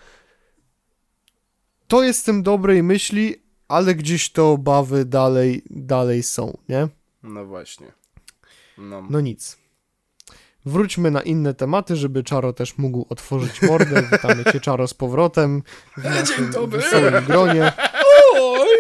to jestem dobrej myśli, ale gdzieś te obawy dalej są, nie? No właśnie. No nic. Wróćmy na inne tematy, żeby Czaro też mógł otworzyć mordę. Witamy cię, Czaro, z powrotem w naszym wesołym gronie. Oj!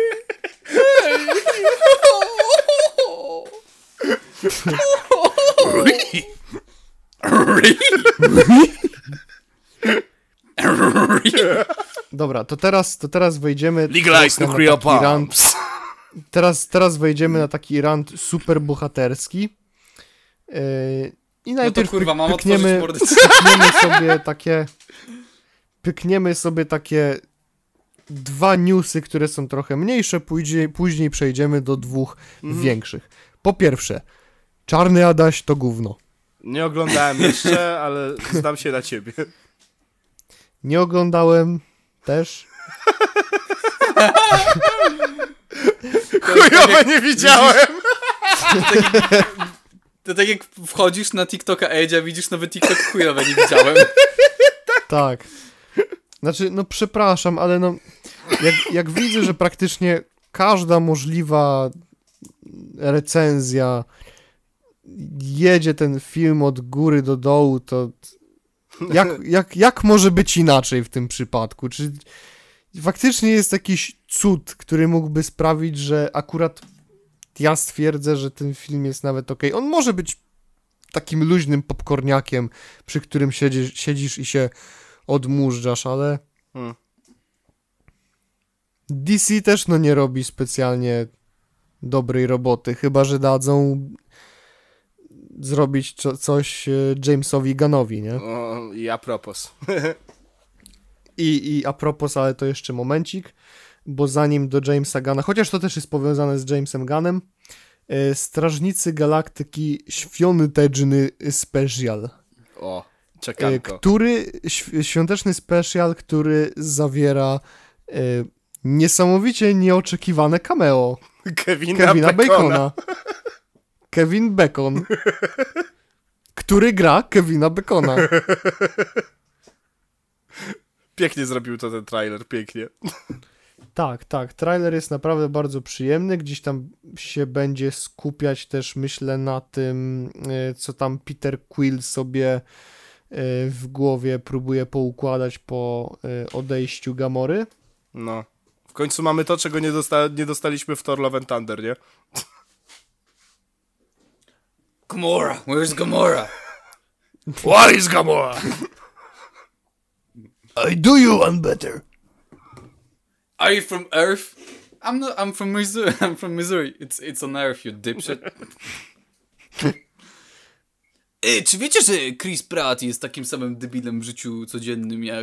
Dobra, to teraz wejdziemy... Legalize nuclear bombs. Teraz wejdziemy na taki rant super bohaterski. I No najpierw to kurwa, mam otworzyć mordę. pykniemy sobie takie 2 newsy, które są trochę mniejsze, później przejdziemy do 2 większych. Po pierwsze, Czarny Adaś to gówno. Nie oglądałem jeszcze, ale zdam się na ciebie. Nie oglądałem też. Chujowe nie widziałem. To tak jak wchodzisz na TikToka Edge'a, widzisz nowy TikTok, chujowe nie widziałem. Tak. Znaczy, no przepraszam, ale no jak widzę, że praktycznie każda możliwa recenzja jedzie ten film od góry do dołu, to jak może być inaczej w tym przypadku? Czy faktycznie jest jakiś cud, który mógłby sprawić, że akurat ja stwierdzę, że ten film jest nawet okej. On może być takim luźnym popcorniakiem, przy którym siedzisz i się odmurzasz, ale DC też nie robi specjalnie dobrej roboty, chyba że dadzą zrobić coś Jamesowi Gunnowi, nie? O, i a propos. I a propos, ale to jeszcze momencik, bo zanim do Jamesa Gunna, chociaż to też jest powiązane z Jamesem Gunnem, Strażnicy Galaktyki Świąteczny Special. O, czekanko. Świąteczny Special, który zawiera niesamowicie nieoczekiwane cameo Kevina Bacona. Kevin Bacon, który gra Kevina Bacona. Pięknie zrobił to ten trailer, pięknie. Tak, trailer jest naprawdę bardzo przyjemny, gdzieś tam się będzie skupiać też, myślę, na tym, co tam Peter Quill sobie w głowie próbuje poukładać po odejściu Gamory. No. W końcu mamy to, czego nie dostaliśmy w Thor Love and Thunder, nie? Gamora, where's Gamora? Why is Gamora? I do you one better. Are you from Earth? I'm from Missouri. I'm from Missouri. It's on Earth, you dipshit. Czy wiecie, że Chris Pratt jest takim samym debilem w życiu codziennym jak...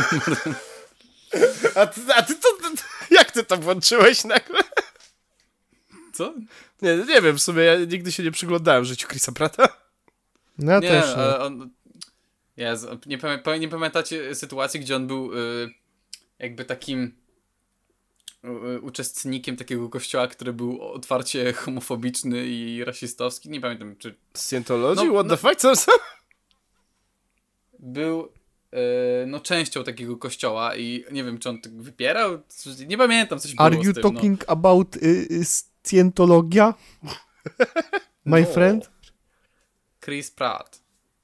A ty to... Jak ty to włączyłeś nagle? Co? Nie wiem, w sumie ja nigdy się nie przyglądałem w życiu Chrisa Pratta. No ja Nie, też nie. ale on... Jezu, nie pamiętacie sytuacji, gdzie on był jakby takim uczestnikiem takiego kościoła, który był otwarcie homofobiczny i rasistowski? Nie pamiętam, czy... Scientology? No, What the fuck? Co? Był częścią takiego kościoła i nie wiem, czy on tak wypierał? Nie pamiętam, coś było Are you z tym, talking about Scientologia? My No. friend? Chris Pratt.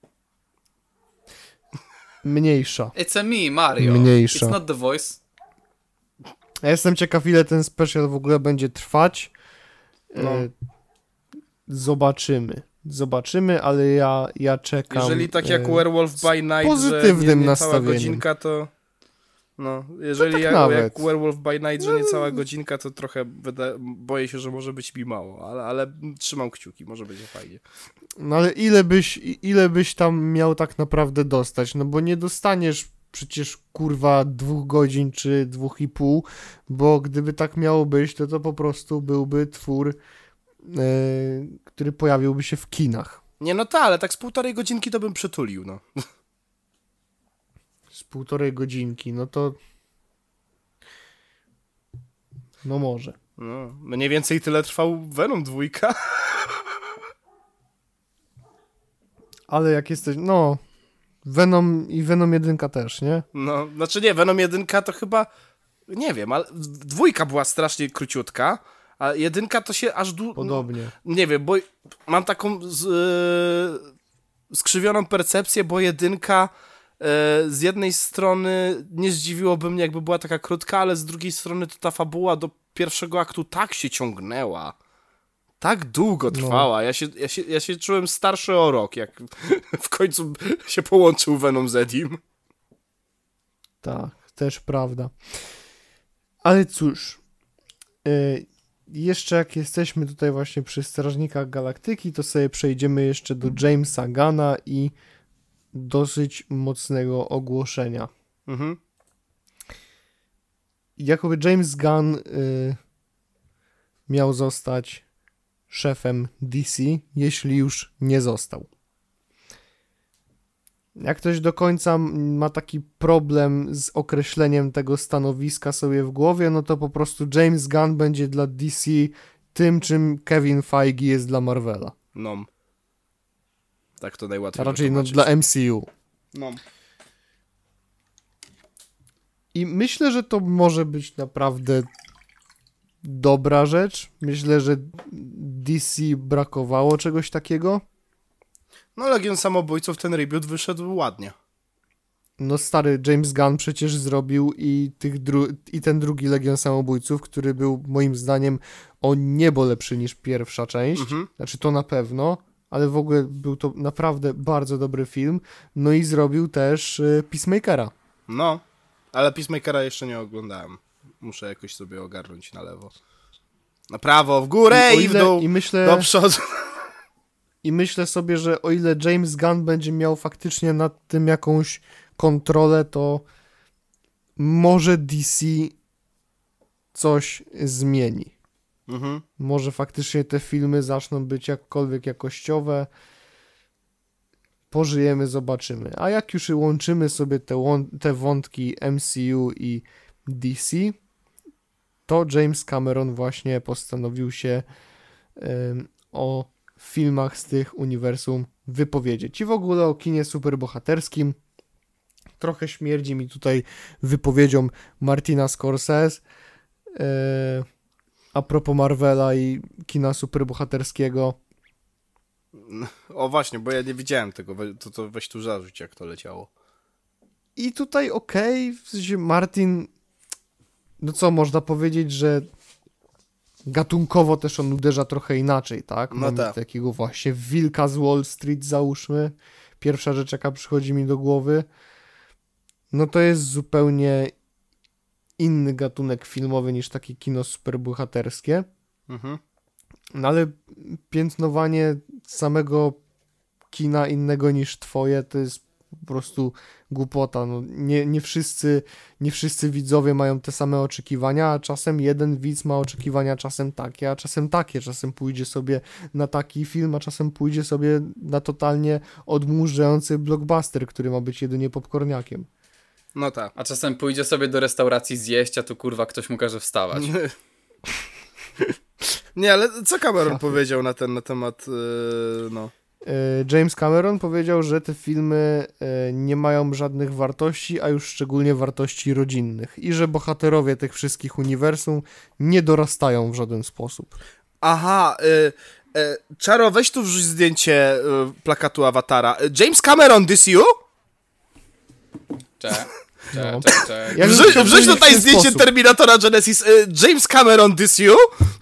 Mniejsza. It's a me, Mario. Mniejsza. It's not the voice. Ja jestem ciekaw, ile ten special w ogóle będzie trwać. No. Zobaczymy, ale ja czekam. Jeżeli tak jak Werewolf by Night, pozytywnym że nie cała nastawieniem. godzinka, to... No, jeżeli tak jak nawet. Werewolf by Night, że nie cała godzinka, to trochę boję się, że może być mi mało, ale trzymam kciuki, może będzie fajnie. No ale ile byś tam miał tak naprawdę dostać? No bo nie dostaniesz przecież kurwa 2 godzin czy 2,5, bo gdyby tak miało być, to po prostu byłby twór, który pojawiłby się w kinach. Nie, no ale tak z 1,5 godzinki to bym przytulił, no. Z 1,5 godzinki, no to... No może. No, mniej więcej tyle trwał Venom 2. Ale jak jesteś... No... Venom i Venom 1 też, nie? No, znaczy nie, Venom 1 to chyba... Nie wiem, ale 2 była strasznie króciutka, a 1 to się aż... Podobnie. Nie wiem, bo mam taką skrzywioną percepcję, bo 1 z jednej strony nie zdziwiłoby mnie, jakby była taka krótka, ale z drugiej strony to ta fabuła do pierwszego aktu tak się ciągnęła. Tak długo trwała. Ja się czułem starszy o rok, jak w końcu się połączył Venom z Edim. Tak, też prawda. Ale cóż, jeszcze jak jesteśmy tutaj właśnie przy Strażnikach Galaktyki, to sobie przejdziemy jeszcze do Jamesa Gunna i dosyć mocnego ogłoszenia. Mhm. Jakoby James Gunn miał zostać szefem DC, jeśli już nie został. Jak ktoś do końca ma taki problem z określeniem tego stanowiska sobie w głowie, no to po prostu James Gunn będzie dla DC tym, czym Kevin Feige jest dla Marvela. No. Tak to najłatwiej A raczej wytłumaczyć. dla MCU. No. I myślę, że to może być naprawdę dobra rzecz. Myślę, że DC brakowało czegoś takiego. No, Legion Samobójców, ten reboot wyszedł ładnie. No stary, James Gunn przecież zrobił i ten drugi Legion Samobójców, który był moim zdaniem o niebo lepszy niż pierwsza część. Znaczy to na pewno, ale w ogóle był to naprawdę bardzo dobry film. No i zrobił też Peacemakera. No, ale Peacemakera jeszcze nie oglądałem. Muszę jakoś sobie ogarnąć na lewo. Na prawo, w górę i w dół, do przodu. I myślę sobie, że o ile James Gunn będzie miał faktycznie nad tym jakąś kontrolę, to może DC coś zmieni. Mhm. Może faktycznie te filmy zaczną być jakkolwiek jakościowe. Pożyjemy, zobaczymy. A jak już łączymy sobie te wątki MCU i DC, to James Cameron właśnie postanowił się o filmach z tych uniwersum wypowiedzieć. I w ogóle o kinie superbohaterskim. Trochę śmierdzi mi tutaj wypowiedzią Martina Scorsese a propos Marvela i kina superbohaterskiego. O właśnie, bo ja nie widziałem tego, to weź tu zarzuć, jak to leciało. I tutaj w sensie Martin, no co, można powiedzieć, że gatunkowo też on uderza trochę inaczej, tak? No Mamy tak. takiego właśnie wilka z Wall Street, załóżmy. Pierwsza rzecz, jaka przychodzi mi do głowy. No to jest zupełnie inny gatunek filmowy niż takie kino superbohaterskie. Mhm. No ale piętnowanie samego kina innego niż twoje to jest po prostu głupota. No, nie wszyscy widzowie mają te same oczekiwania, a czasem jeden widz ma oczekiwania czasem takie, a czasem takie. Czasem pójdzie sobie na taki film, a czasem pójdzie sobie na totalnie odmurzający blockbuster, który ma być jedynie popcorniakiem. No tak. A czasem pójdzie sobie do restauracji zjeść, a tu kurwa ktoś mu każe wstawać. Nie, ale co Cameron powiedział na temat, no... James Cameron powiedział, że te filmy nie mają żadnych wartości, a już szczególnie wartości rodzinnych i że bohaterowie tych wszystkich uniwersum nie dorastają w żaden sposób. Aha, Czaro, weź tu wrzuć zdjęcie plakatu Awatara. James Cameron, this you? Cześć. No. Jak Wrzuć powiedzieć w tutaj ten zdjęcie sposób? Terminatora Genesis. James Cameron, this you?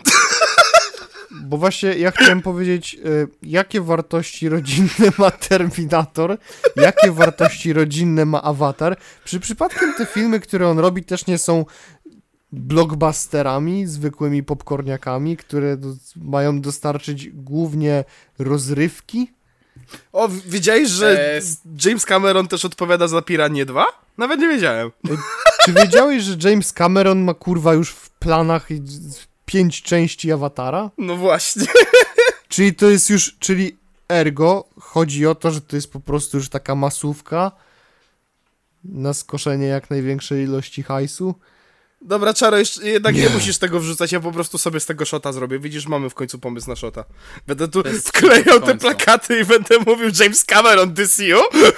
Bo właśnie ja chciałem powiedzieć, jakie wartości rodzinne ma Terminator, jakie wartości rodzinne ma Avatar. Przypadkiem te filmy, które on robi, też nie są blockbusterami, zwykłymi popcorniakami, które mają dostarczyć głównie rozrywki. O, wiedziałeś, że James Cameron też odpowiada za Piranie 2? Nawet nie wiedziałem. Czy wiedziałeś, że James Cameron ma kurwa już w planach 5 części Awatara? No właśnie. Czyli to jest już, czyli ergo chodzi o to, że to jest po prostu już taka masówka na skoszenie jak największej ilości hajsu. Dobra, Czaro, jednak nie musisz tego wrzucać, ja po prostu sobie z tego shota zrobię. Widzisz, mamy w końcu pomysł na shota. Będę tu wklejał te plakaty i będę mówił James Cameron, this you?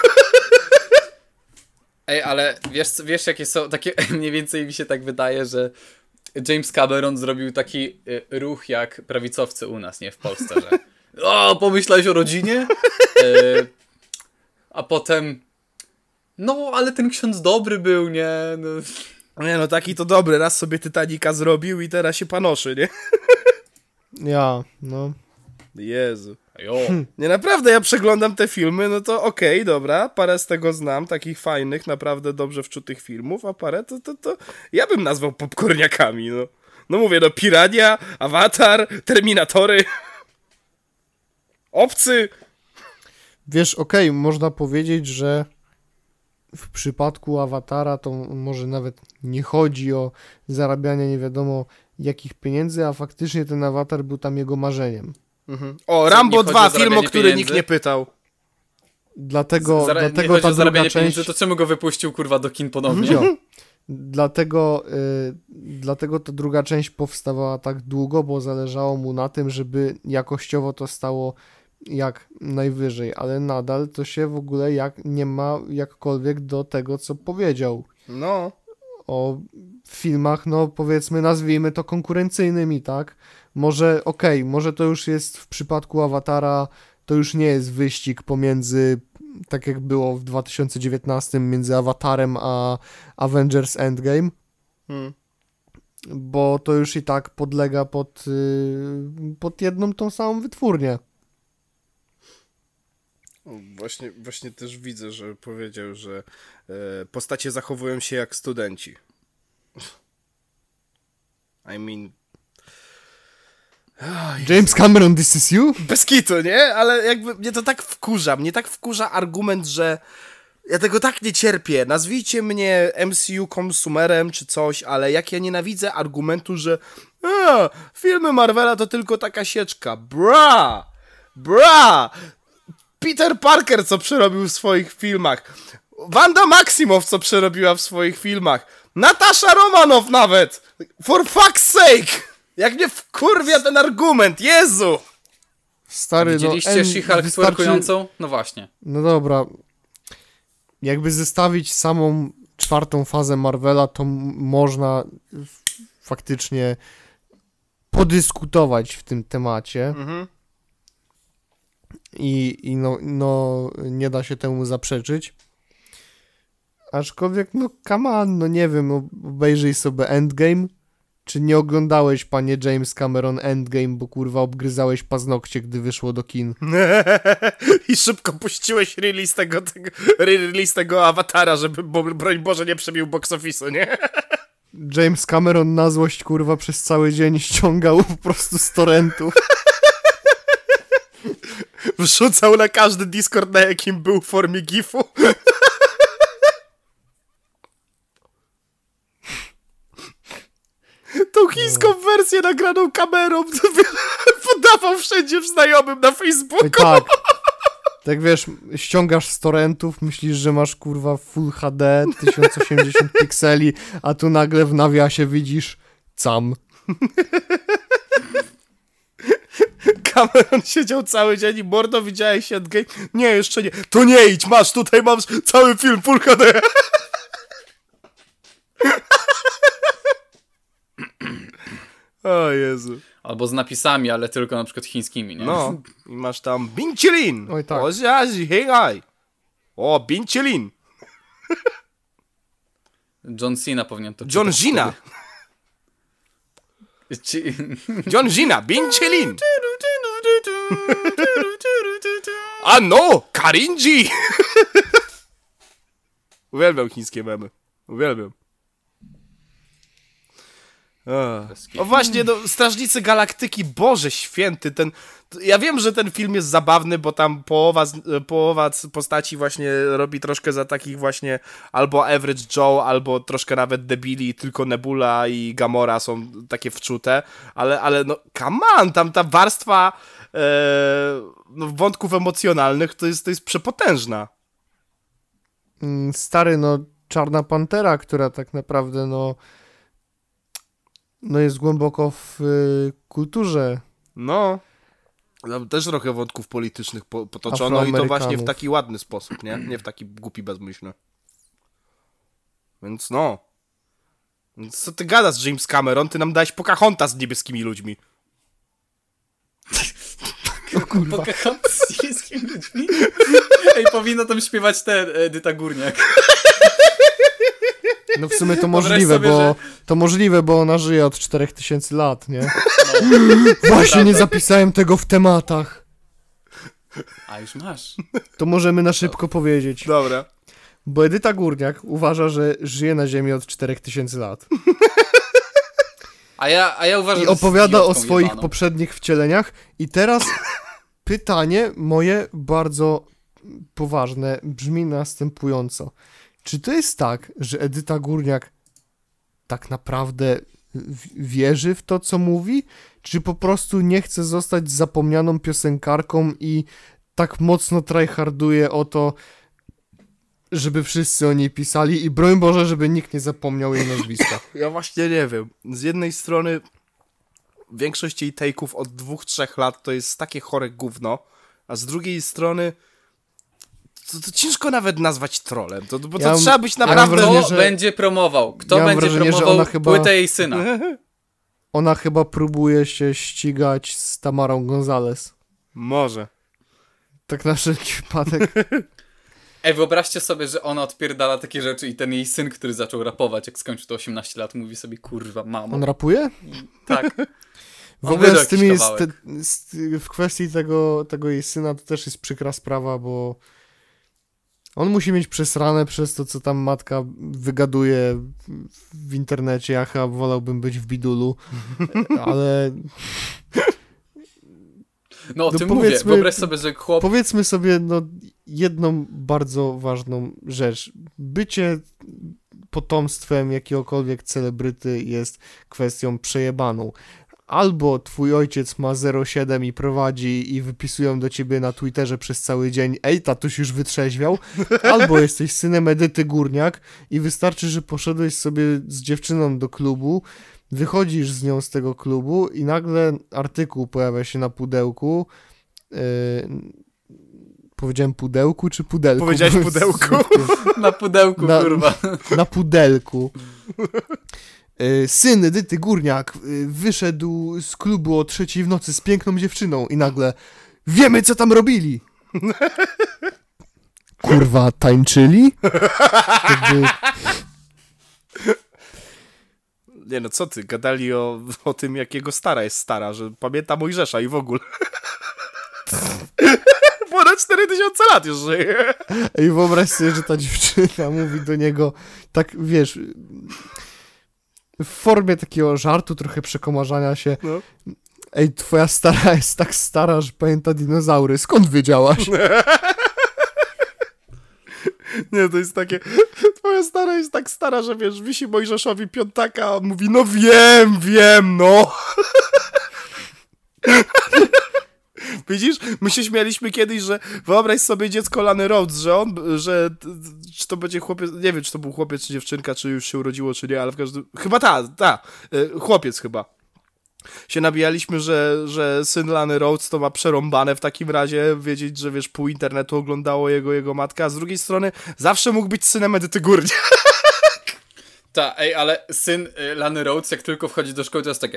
Ej, ale wiesz jakie są takie, mniej więcej mi się tak wydaje, że James Cameron zrobił taki ruch jak prawicowcy u nas, nie, w Polsce, że o, pomyślałeś o rodzinie? A potem no, ale ten ksiądz dobry był, nie? No. Nie no, taki to dobry, raz sobie Titanica zrobił i teraz się panoszy, nie? No. Jezu. Jo. Nie, naprawdę, ja przeglądam te filmy, no to okej, dobra, parę z tego znam, takich fajnych, naprawdę dobrze wczutych filmów, a parę to ja bym nazwał popcorniakami, no. No mówię, no Pirania, Avatar, Terminatory, Obcy. Wiesz, można powiedzieć, że w przypadku Awatara to może nawet nie chodzi o zarabianie nie wiadomo jakich pieniędzy, a faktycznie ten Awatar był tam jego marzeniem. Mhm. O, Rambo 2, film, o który nikt nie pytał. Dlatego nie chodzi ta o druga zarabianie część... pieniędzy, to czemu go wypuścił, kurwa, do kin ponownie? Jo. Dlatego ta druga część powstawała tak długo, bo zależało mu na tym, żeby jakościowo to stało jak najwyżej, ale nadal to się w ogóle nie ma jakkolwiek do tego, co powiedział. No. O filmach, no powiedzmy, nazwijmy to konkurencyjnymi, tak? Może może to już jest w przypadku Awatara, to już nie jest wyścig pomiędzy, tak jak było w 2019, między Awatarem a Avengers Endgame, bo to już i tak podlega pod jedną tą samą wytwórnię. Właśnie też widzę, że powiedział, że postacie zachowują się jak studenci. I mean... James Cameron, this is you? Bez kitu, nie? Ale jakby mnie to tak wkurza. Mnie tak wkurza argument, że ja tego tak nie cierpię. Nazwijcie mnie MCU konsumerem czy coś, ale jak ja nienawidzę argumentu, że filmy Marvela to tylko taka sieczka. Bra! Peter Parker, co przerobił w swoich filmach. Wanda Maximoff, co przerobiła w swoich filmach. Natasza Romanoff nawet. For fuck's sake! Jak mnie wkurwia ten argument, Jezu! Stary, widzieliście She-Hulk twerkującą? No właśnie. No dobra. Jakby zestawić samą 4. fazę Marvela, to można faktycznie podyskutować w tym temacie. Mhm. I no nie da się temu zaprzeczyć. Aczkolwiek, come on, nie wiem, obejrzyj sobie Endgame. Czy nie oglądałeś, panie James Cameron, Endgame, bo kurwa obgryzałeś paznokcie, gdy wyszło do kin? I szybko puściłeś release tego Awatara, żeby, broń Boże, nie przebił box office'u, nie? James Cameron na złość, kurwa, przez cały dzień ściągał po prostu z torrentów. Wrzucał na każdy Discord, na jakim był w formie gifu. Tą chińską wersję nagraną kamerą podawał wszędzie znajomym na Facebooku. I tak. Tak wiesz, ściągasz z torrentów, myślisz, że masz kurwa Full HD, 1080 pikseli, a tu nagle w nawiasie widzisz cam. Cameron siedział cały dzień i mordo, widziałeś Endgame? Nie, jeszcze nie. To nie idź, masz, tutaj masz cały film Full HD. O Jezu. Albo z napisami, ale tylko na przykład chińskimi, nie? No, i masz tam Bincilin. Oj, tak. O, Bincilin. John Cena powinien to John czytać Gina. wtedy. John Gina, Bincilin. A no, Karinji. Uwielbiam chińskie memy. Uwielbiam. O właśnie, no, Strażnicy Galaktyki, Boże Święty, ja wiem, że ten film jest zabawny, bo tam połowa postaci właśnie robi troszkę za takich właśnie albo Average Joe, albo troszkę nawet debili, tylko Nebula i Gamora są takie wczute, ale no come on, tam ta warstwa no, wątków emocjonalnych to jest przepotężna. Stary, no, Czarna Pantera, która tak naprawdę, no jest głęboko w kulturze. No, tam też trochę wątków politycznych potoczono i to właśnie w taki ładny sposób, nie? Nie w taki głupi, bezmyślny. Więc no. Więc co ty gadasz, James Cameron? Ty nam dałeś Pocahontas z niebieskimi ludźmi. Pocahontas z chińskimi ludźmi? Ej, powinno tam śpiewać Edyta Górniak. No w sumie to możliwe, sobie, to możliwe, bo ona żyje od 4000 lat, nie? No. Właśnie nie zapisałem tego w tematach. A już masz. To możemy na szybko powiedzieć. Dobra. Bo Edyta Górniak uważa, że żyje na Ziemi od 4000 lat. A ja uważam, I że jest opowiada o idiotką swoich jebaną. poprzednich wcieleniach. I teraz pytanie moje bardzo poważne brzmi następująco. Czy to jest tak, że Edyta Górniak tak naprawdę wierzy w to, co mówi? Czy po prostu nie chce zostać zapomnianą piosenkarką i tak mocno tryharduje o to, żeby wszyscy o niej pisali i broń Boże, żeby nikt nie zapomniał jej nazwiska? Ja właśnie nie wiem. Z jednej strony większość jej take'ów od 2-3 lat to jest takie chore gówno, a z drugiej strony to ciężko nawet nazwać trolem, bo to trzeba być naprawdę... Kto będzie promował? Kto mam będzie wrażenie, że promował ona chyba- płytę jej syna? Ona chyba próbuje się ścigać z Tamarą Gonzalez. Może. Tak na wszelki wypadek. Ej, wyobraźcie sobie, że ona odpierdala takie rzeczy i ten jej syn, który zaczął rapować, jak skończył to 18 lat, mówi sobie, kurwa, mamo. On rapuje? Tak. W On ogóle wydał z tymi jakiś kawałek. w kwestii tego jej syna to też jest przykra sprawa, bo on musi mieć przesrane przez to, co tam matka wygaduje w internecie. Ja chyba wolałbym być w bidulu, ale No o No tym powiedzmy- mówię. Wyobraź sobie, że chłop... powiedzmy sobie jedną bardzo ważną rzecz. Bycie potomstwem jakiegokolwiek celebryty jest kwestią przejebaną. Albo twój ojciec ma 0,7 i prowadzi i wypisują do ciebie na Twitterze przez cały dzień: ej, tatuś już wytrzeźwiał. Albo jesteś synem Edyty Górniak i wystarczy, że poszedłeś sobie z dziewczyną do klubu, wychodzisz z nią z tego klubu i nagle artykuł pojawia się na pudełku. Powiedziałem pudełku czy pudelku? Powiedziałeś pudełku. Na pudełku, kurwa. Na pudelku. Syn Edyty Górniak wyszedł z klubu o 3:00 w nocy z piękną dziewczyną i nagle wiemy, co tam robili. Kurwa, tańczyli? Jakby... Nie no, co ty? Gadali o tym, jak jego stara jest stara, że pamięta Mojżesza i w ogóle. Ponad 4000 lat już żyje. I wyobraź sobie, że ta dziewczyna mówi do niego tak, wiesz... w formie takiego żartu, trochę przekomarzania się. No. Ej, twoja stara jest tak stara, że pamięta dinozaury. Skąd wiedziałaś? Nie, to jest takie... Twoja stara jest tak stara, że wiesz, wisi Mojżeszowi piątaka, a on mówi, no wiem, no. Widzisz? My się śmialiśmy kiedyś, że wyobraź sobie dziecko Lany Rhodes, że czy to będzie chłopiec, nie wiem, czy to był chłopiec, czy dziewczynka, czy już się urodziło, czy nie, ale w każdym... Chyba chłopiec chyba. Się nabijaliśmy, że syn Lany Rhodes to ma przerąbane w takim razie, wiedzieć, że wiesz, pół internetu oglądało jego matka, a z drugiej strony zawsze mógł być synem Edyty Górniak. Ale syn Lany Rhodes, jak tylko wchodzi do szkoły, to jest takie...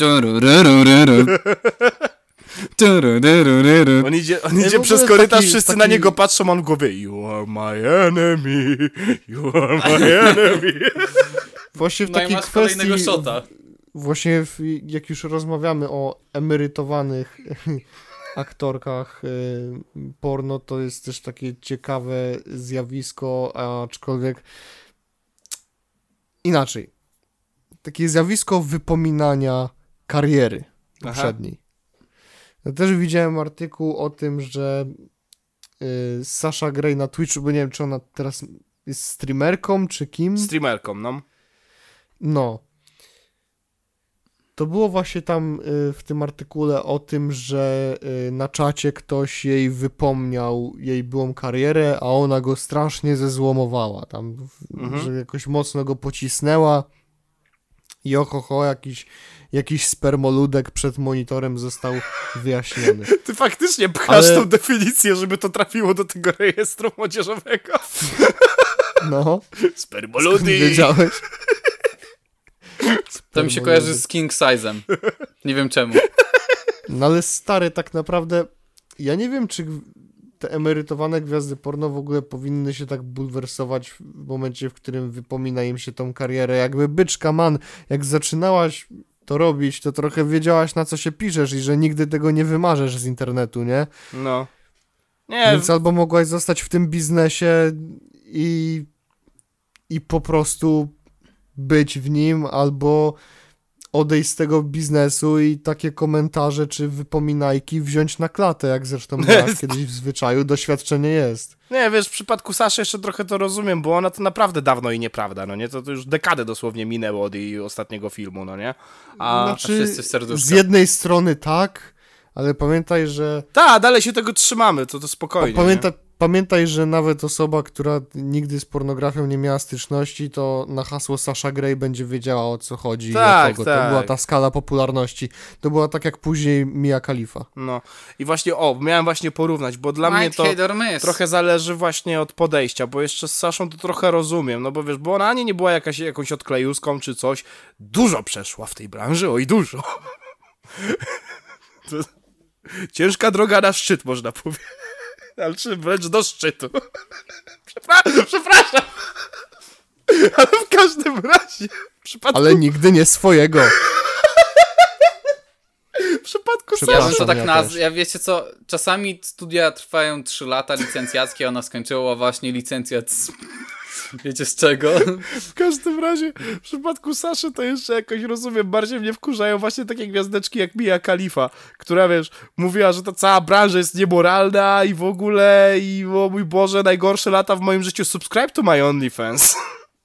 On idzie przez korytarz, wszyscy na niego patrzą, on w głowie You are my enemy, you are my enemy. Właśnie w No i takiej masz kolejnego kwestii... shota. Właśnie jak już rozmawiamy o emerytowanych aktorkach porno, to jest też takie ciekawe zjawisko, aczkolwiek inaczej. Takie zjawisko wypominania kariery poprzedniej. Ja też widziałem artykuł o tym, że Sasha Grey na Twitchu, bo nie wiem, czy ona teraz jest streamerką, czy kim? Streamerką, no. No. To było właśnie tam w tym artykule o tym, że na czacie ktoś jej wypomniał jej byłą karierę, a ona go strasznie zezłomowała. Tam, że jakoś mocno go pocisnęła i jakiś spermoludek przed monitorem został wyjaśniony. Ty faktycznie pchasz tą definicję, żeby to trafiło do tego rejestru młodzieżowego. No. Spermoludy. Wiedziałeś? To mi się kojarzy z king size'em. Nie wiem czemu. No ale stary, tak naprawdę ja nie wiem, czy te emerytowane gwiazdy porno w ogóle powinny się tak bulwersować w momencie, w którym wypomina im się tą karierę. Jakby byczka man, jak zaczynałaś to robić, to trochę wiedziałaś, na co się piszesz i że nigdy tego nie wymarzesz z internetu, nie? No. Nie. Więc albo mogłaś zostać w tym biznesie i po prostu być w nim, albo odejść z tego biznesu i takie komentarze czy wypominajki wziąć na klatę, jak zresztą miałaś kiedyś w zwyczaju, doświadczenie jest. Nie, wiesz, w przypadku Saszy jeszcze trochę to rozumiem, bo ona to naprawdę dawno i nieprawda, no nie? To już dekadę dosłownie minęło od jej ostatniego filmu, no nie? Znaczy, wszyscy w serduszkach. z jednej strony tak, ale pamiętaj, że... Dalej się tego trzymamy, to spokojnie. Pamiętaj, że nawet osoba, która nigdy z pornografią nie miała styczności, to na hasło Sasha Grey będzie wiedziała, o co chodzi i o kogo. To była ta skala popularności. To była tak jak później Mia Khalifa. No i właśnie, miałem właśnie porównać, bo dla mnie to trochę zależy właśnie od podejścia, bo jeszcze z Saszą to trochę rozumiem, no bo wiesz, bo ona nie była jakąś odklejuską czy coś. Dużo przeszła w tej branży, oj dużo. Ciężka droga na szczyt, można powiedzieć. Ale czy wręcz do szczytu. Przepraszam. Ale w każdym razie Ale nigdy nie swojego. W przypadku Ja bym to Saszy. tak ja wiecie co, czasami studia trwają 3 lata licencjackie, ona skończyła właśnie licencjat wiecie z czego? W każdym razie, w przypadku Saszy to jeszcze jakoś rozumiem, bardziej mnie wkurzają właśnie takie gwiazdeczki jak Mia Khalifa, która wiesz, mówiła, że ta cała branża jest niemoralna i w ogóle i o mój Boże, najgorsze lata w moim życiu, subscribe to my OnlyFans.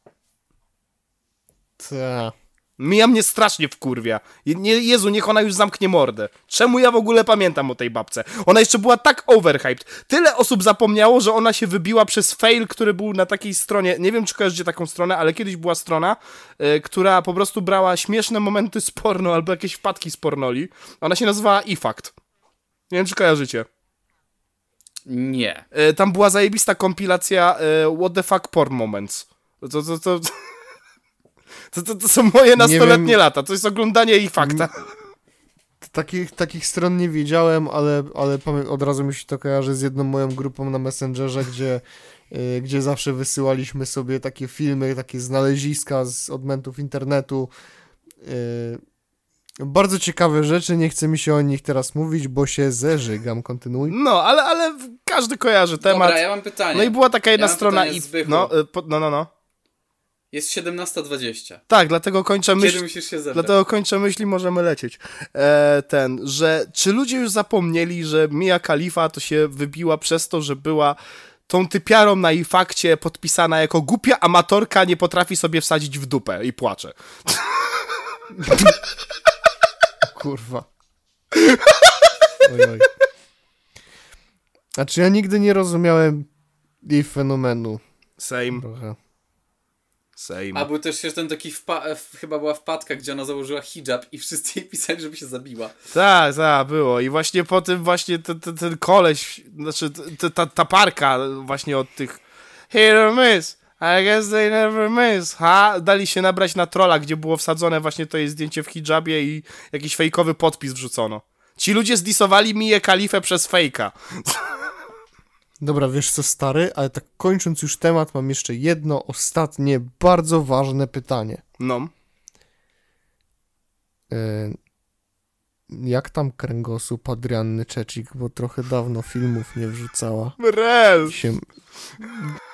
Ta. Mia mnie strasznie wkurwia. Jezu, niech ona już zamknie mordę. Czemu ja w ogóle pamiętam o tej babce? Ona jeszcze była tak overhyped. Tyle osób zapomniało, że ona się wybiła przez fail, który był na takiej stronie. Nie wiem, czy kojarzycie taką stronę, ale kiedyś była strona, która po prostu brała śmieszne momenty z porno albo jakieś wpadki z pornoli. Ona się nazywała eFact. Nie wiem, czy kojarzycie. Nie. Tam była zajebista kompilacja what the fuck porn moments. To są moje nastoletnie lata. To jest oglądanie i fakta. Takich stron nie widziałem, ale od razu mi się to kojarzy z jedną moją grupą na Messengerze, gdzie zawsze wysyłaliśmy sobie takie filmy, takie znaleziska z odmętów internetu. Bardzo ciekawe rzeczy, nie chce mi się o nich teraz mówić, bo się zeżygam. Kontynuuj. No, ale każdy kojarzy temat. Dobra, ja mam pytanie. No i była taka jedna strona i... No. Jest 17:20. Tak, dlatego kończę Kiedy myśl. musisz się zebrać? Dlatego kończę myśli, możemy lecieć. Że czy ludzie już zapomnieli, że Mia Khalifa to się wybiła przez to, że była tą typiarą na jej fakcie podpisana jako głupia amatorka, nie potrafi sobie wsadzić w dupę i płacze. Kurwa. Ojoj. Znaczy ja nigdy nie rozumiałem jej fenomenu. Same. Trochę. A był też ten taki, chyba była wpadka, gdzie ona założyła hijab i wszyscy jej pisali, żeby się zabiła. Tak, było. I właśnie po tym właśnie ten koleś, znaczy ta parka właśnie od tych hit or miss, I guess they never miss, dali się nabrać na trolla, gdzie było wsadzone właśnie to jej zdjęcie w hijabie i jakiś fejkowy podpis wrzucono. Ci ludzie zdisowali Mię Khalifę przez fejka. Dobra, wiesz co, stary, ale tak kończąc już temat, mam jeszcze jedno ostatnie, bardzo ważne pytanie. No. Jak tam kręgosłup Adrianny Czecik, bo trochę dawno filmów nie wrzucała. Rel! Się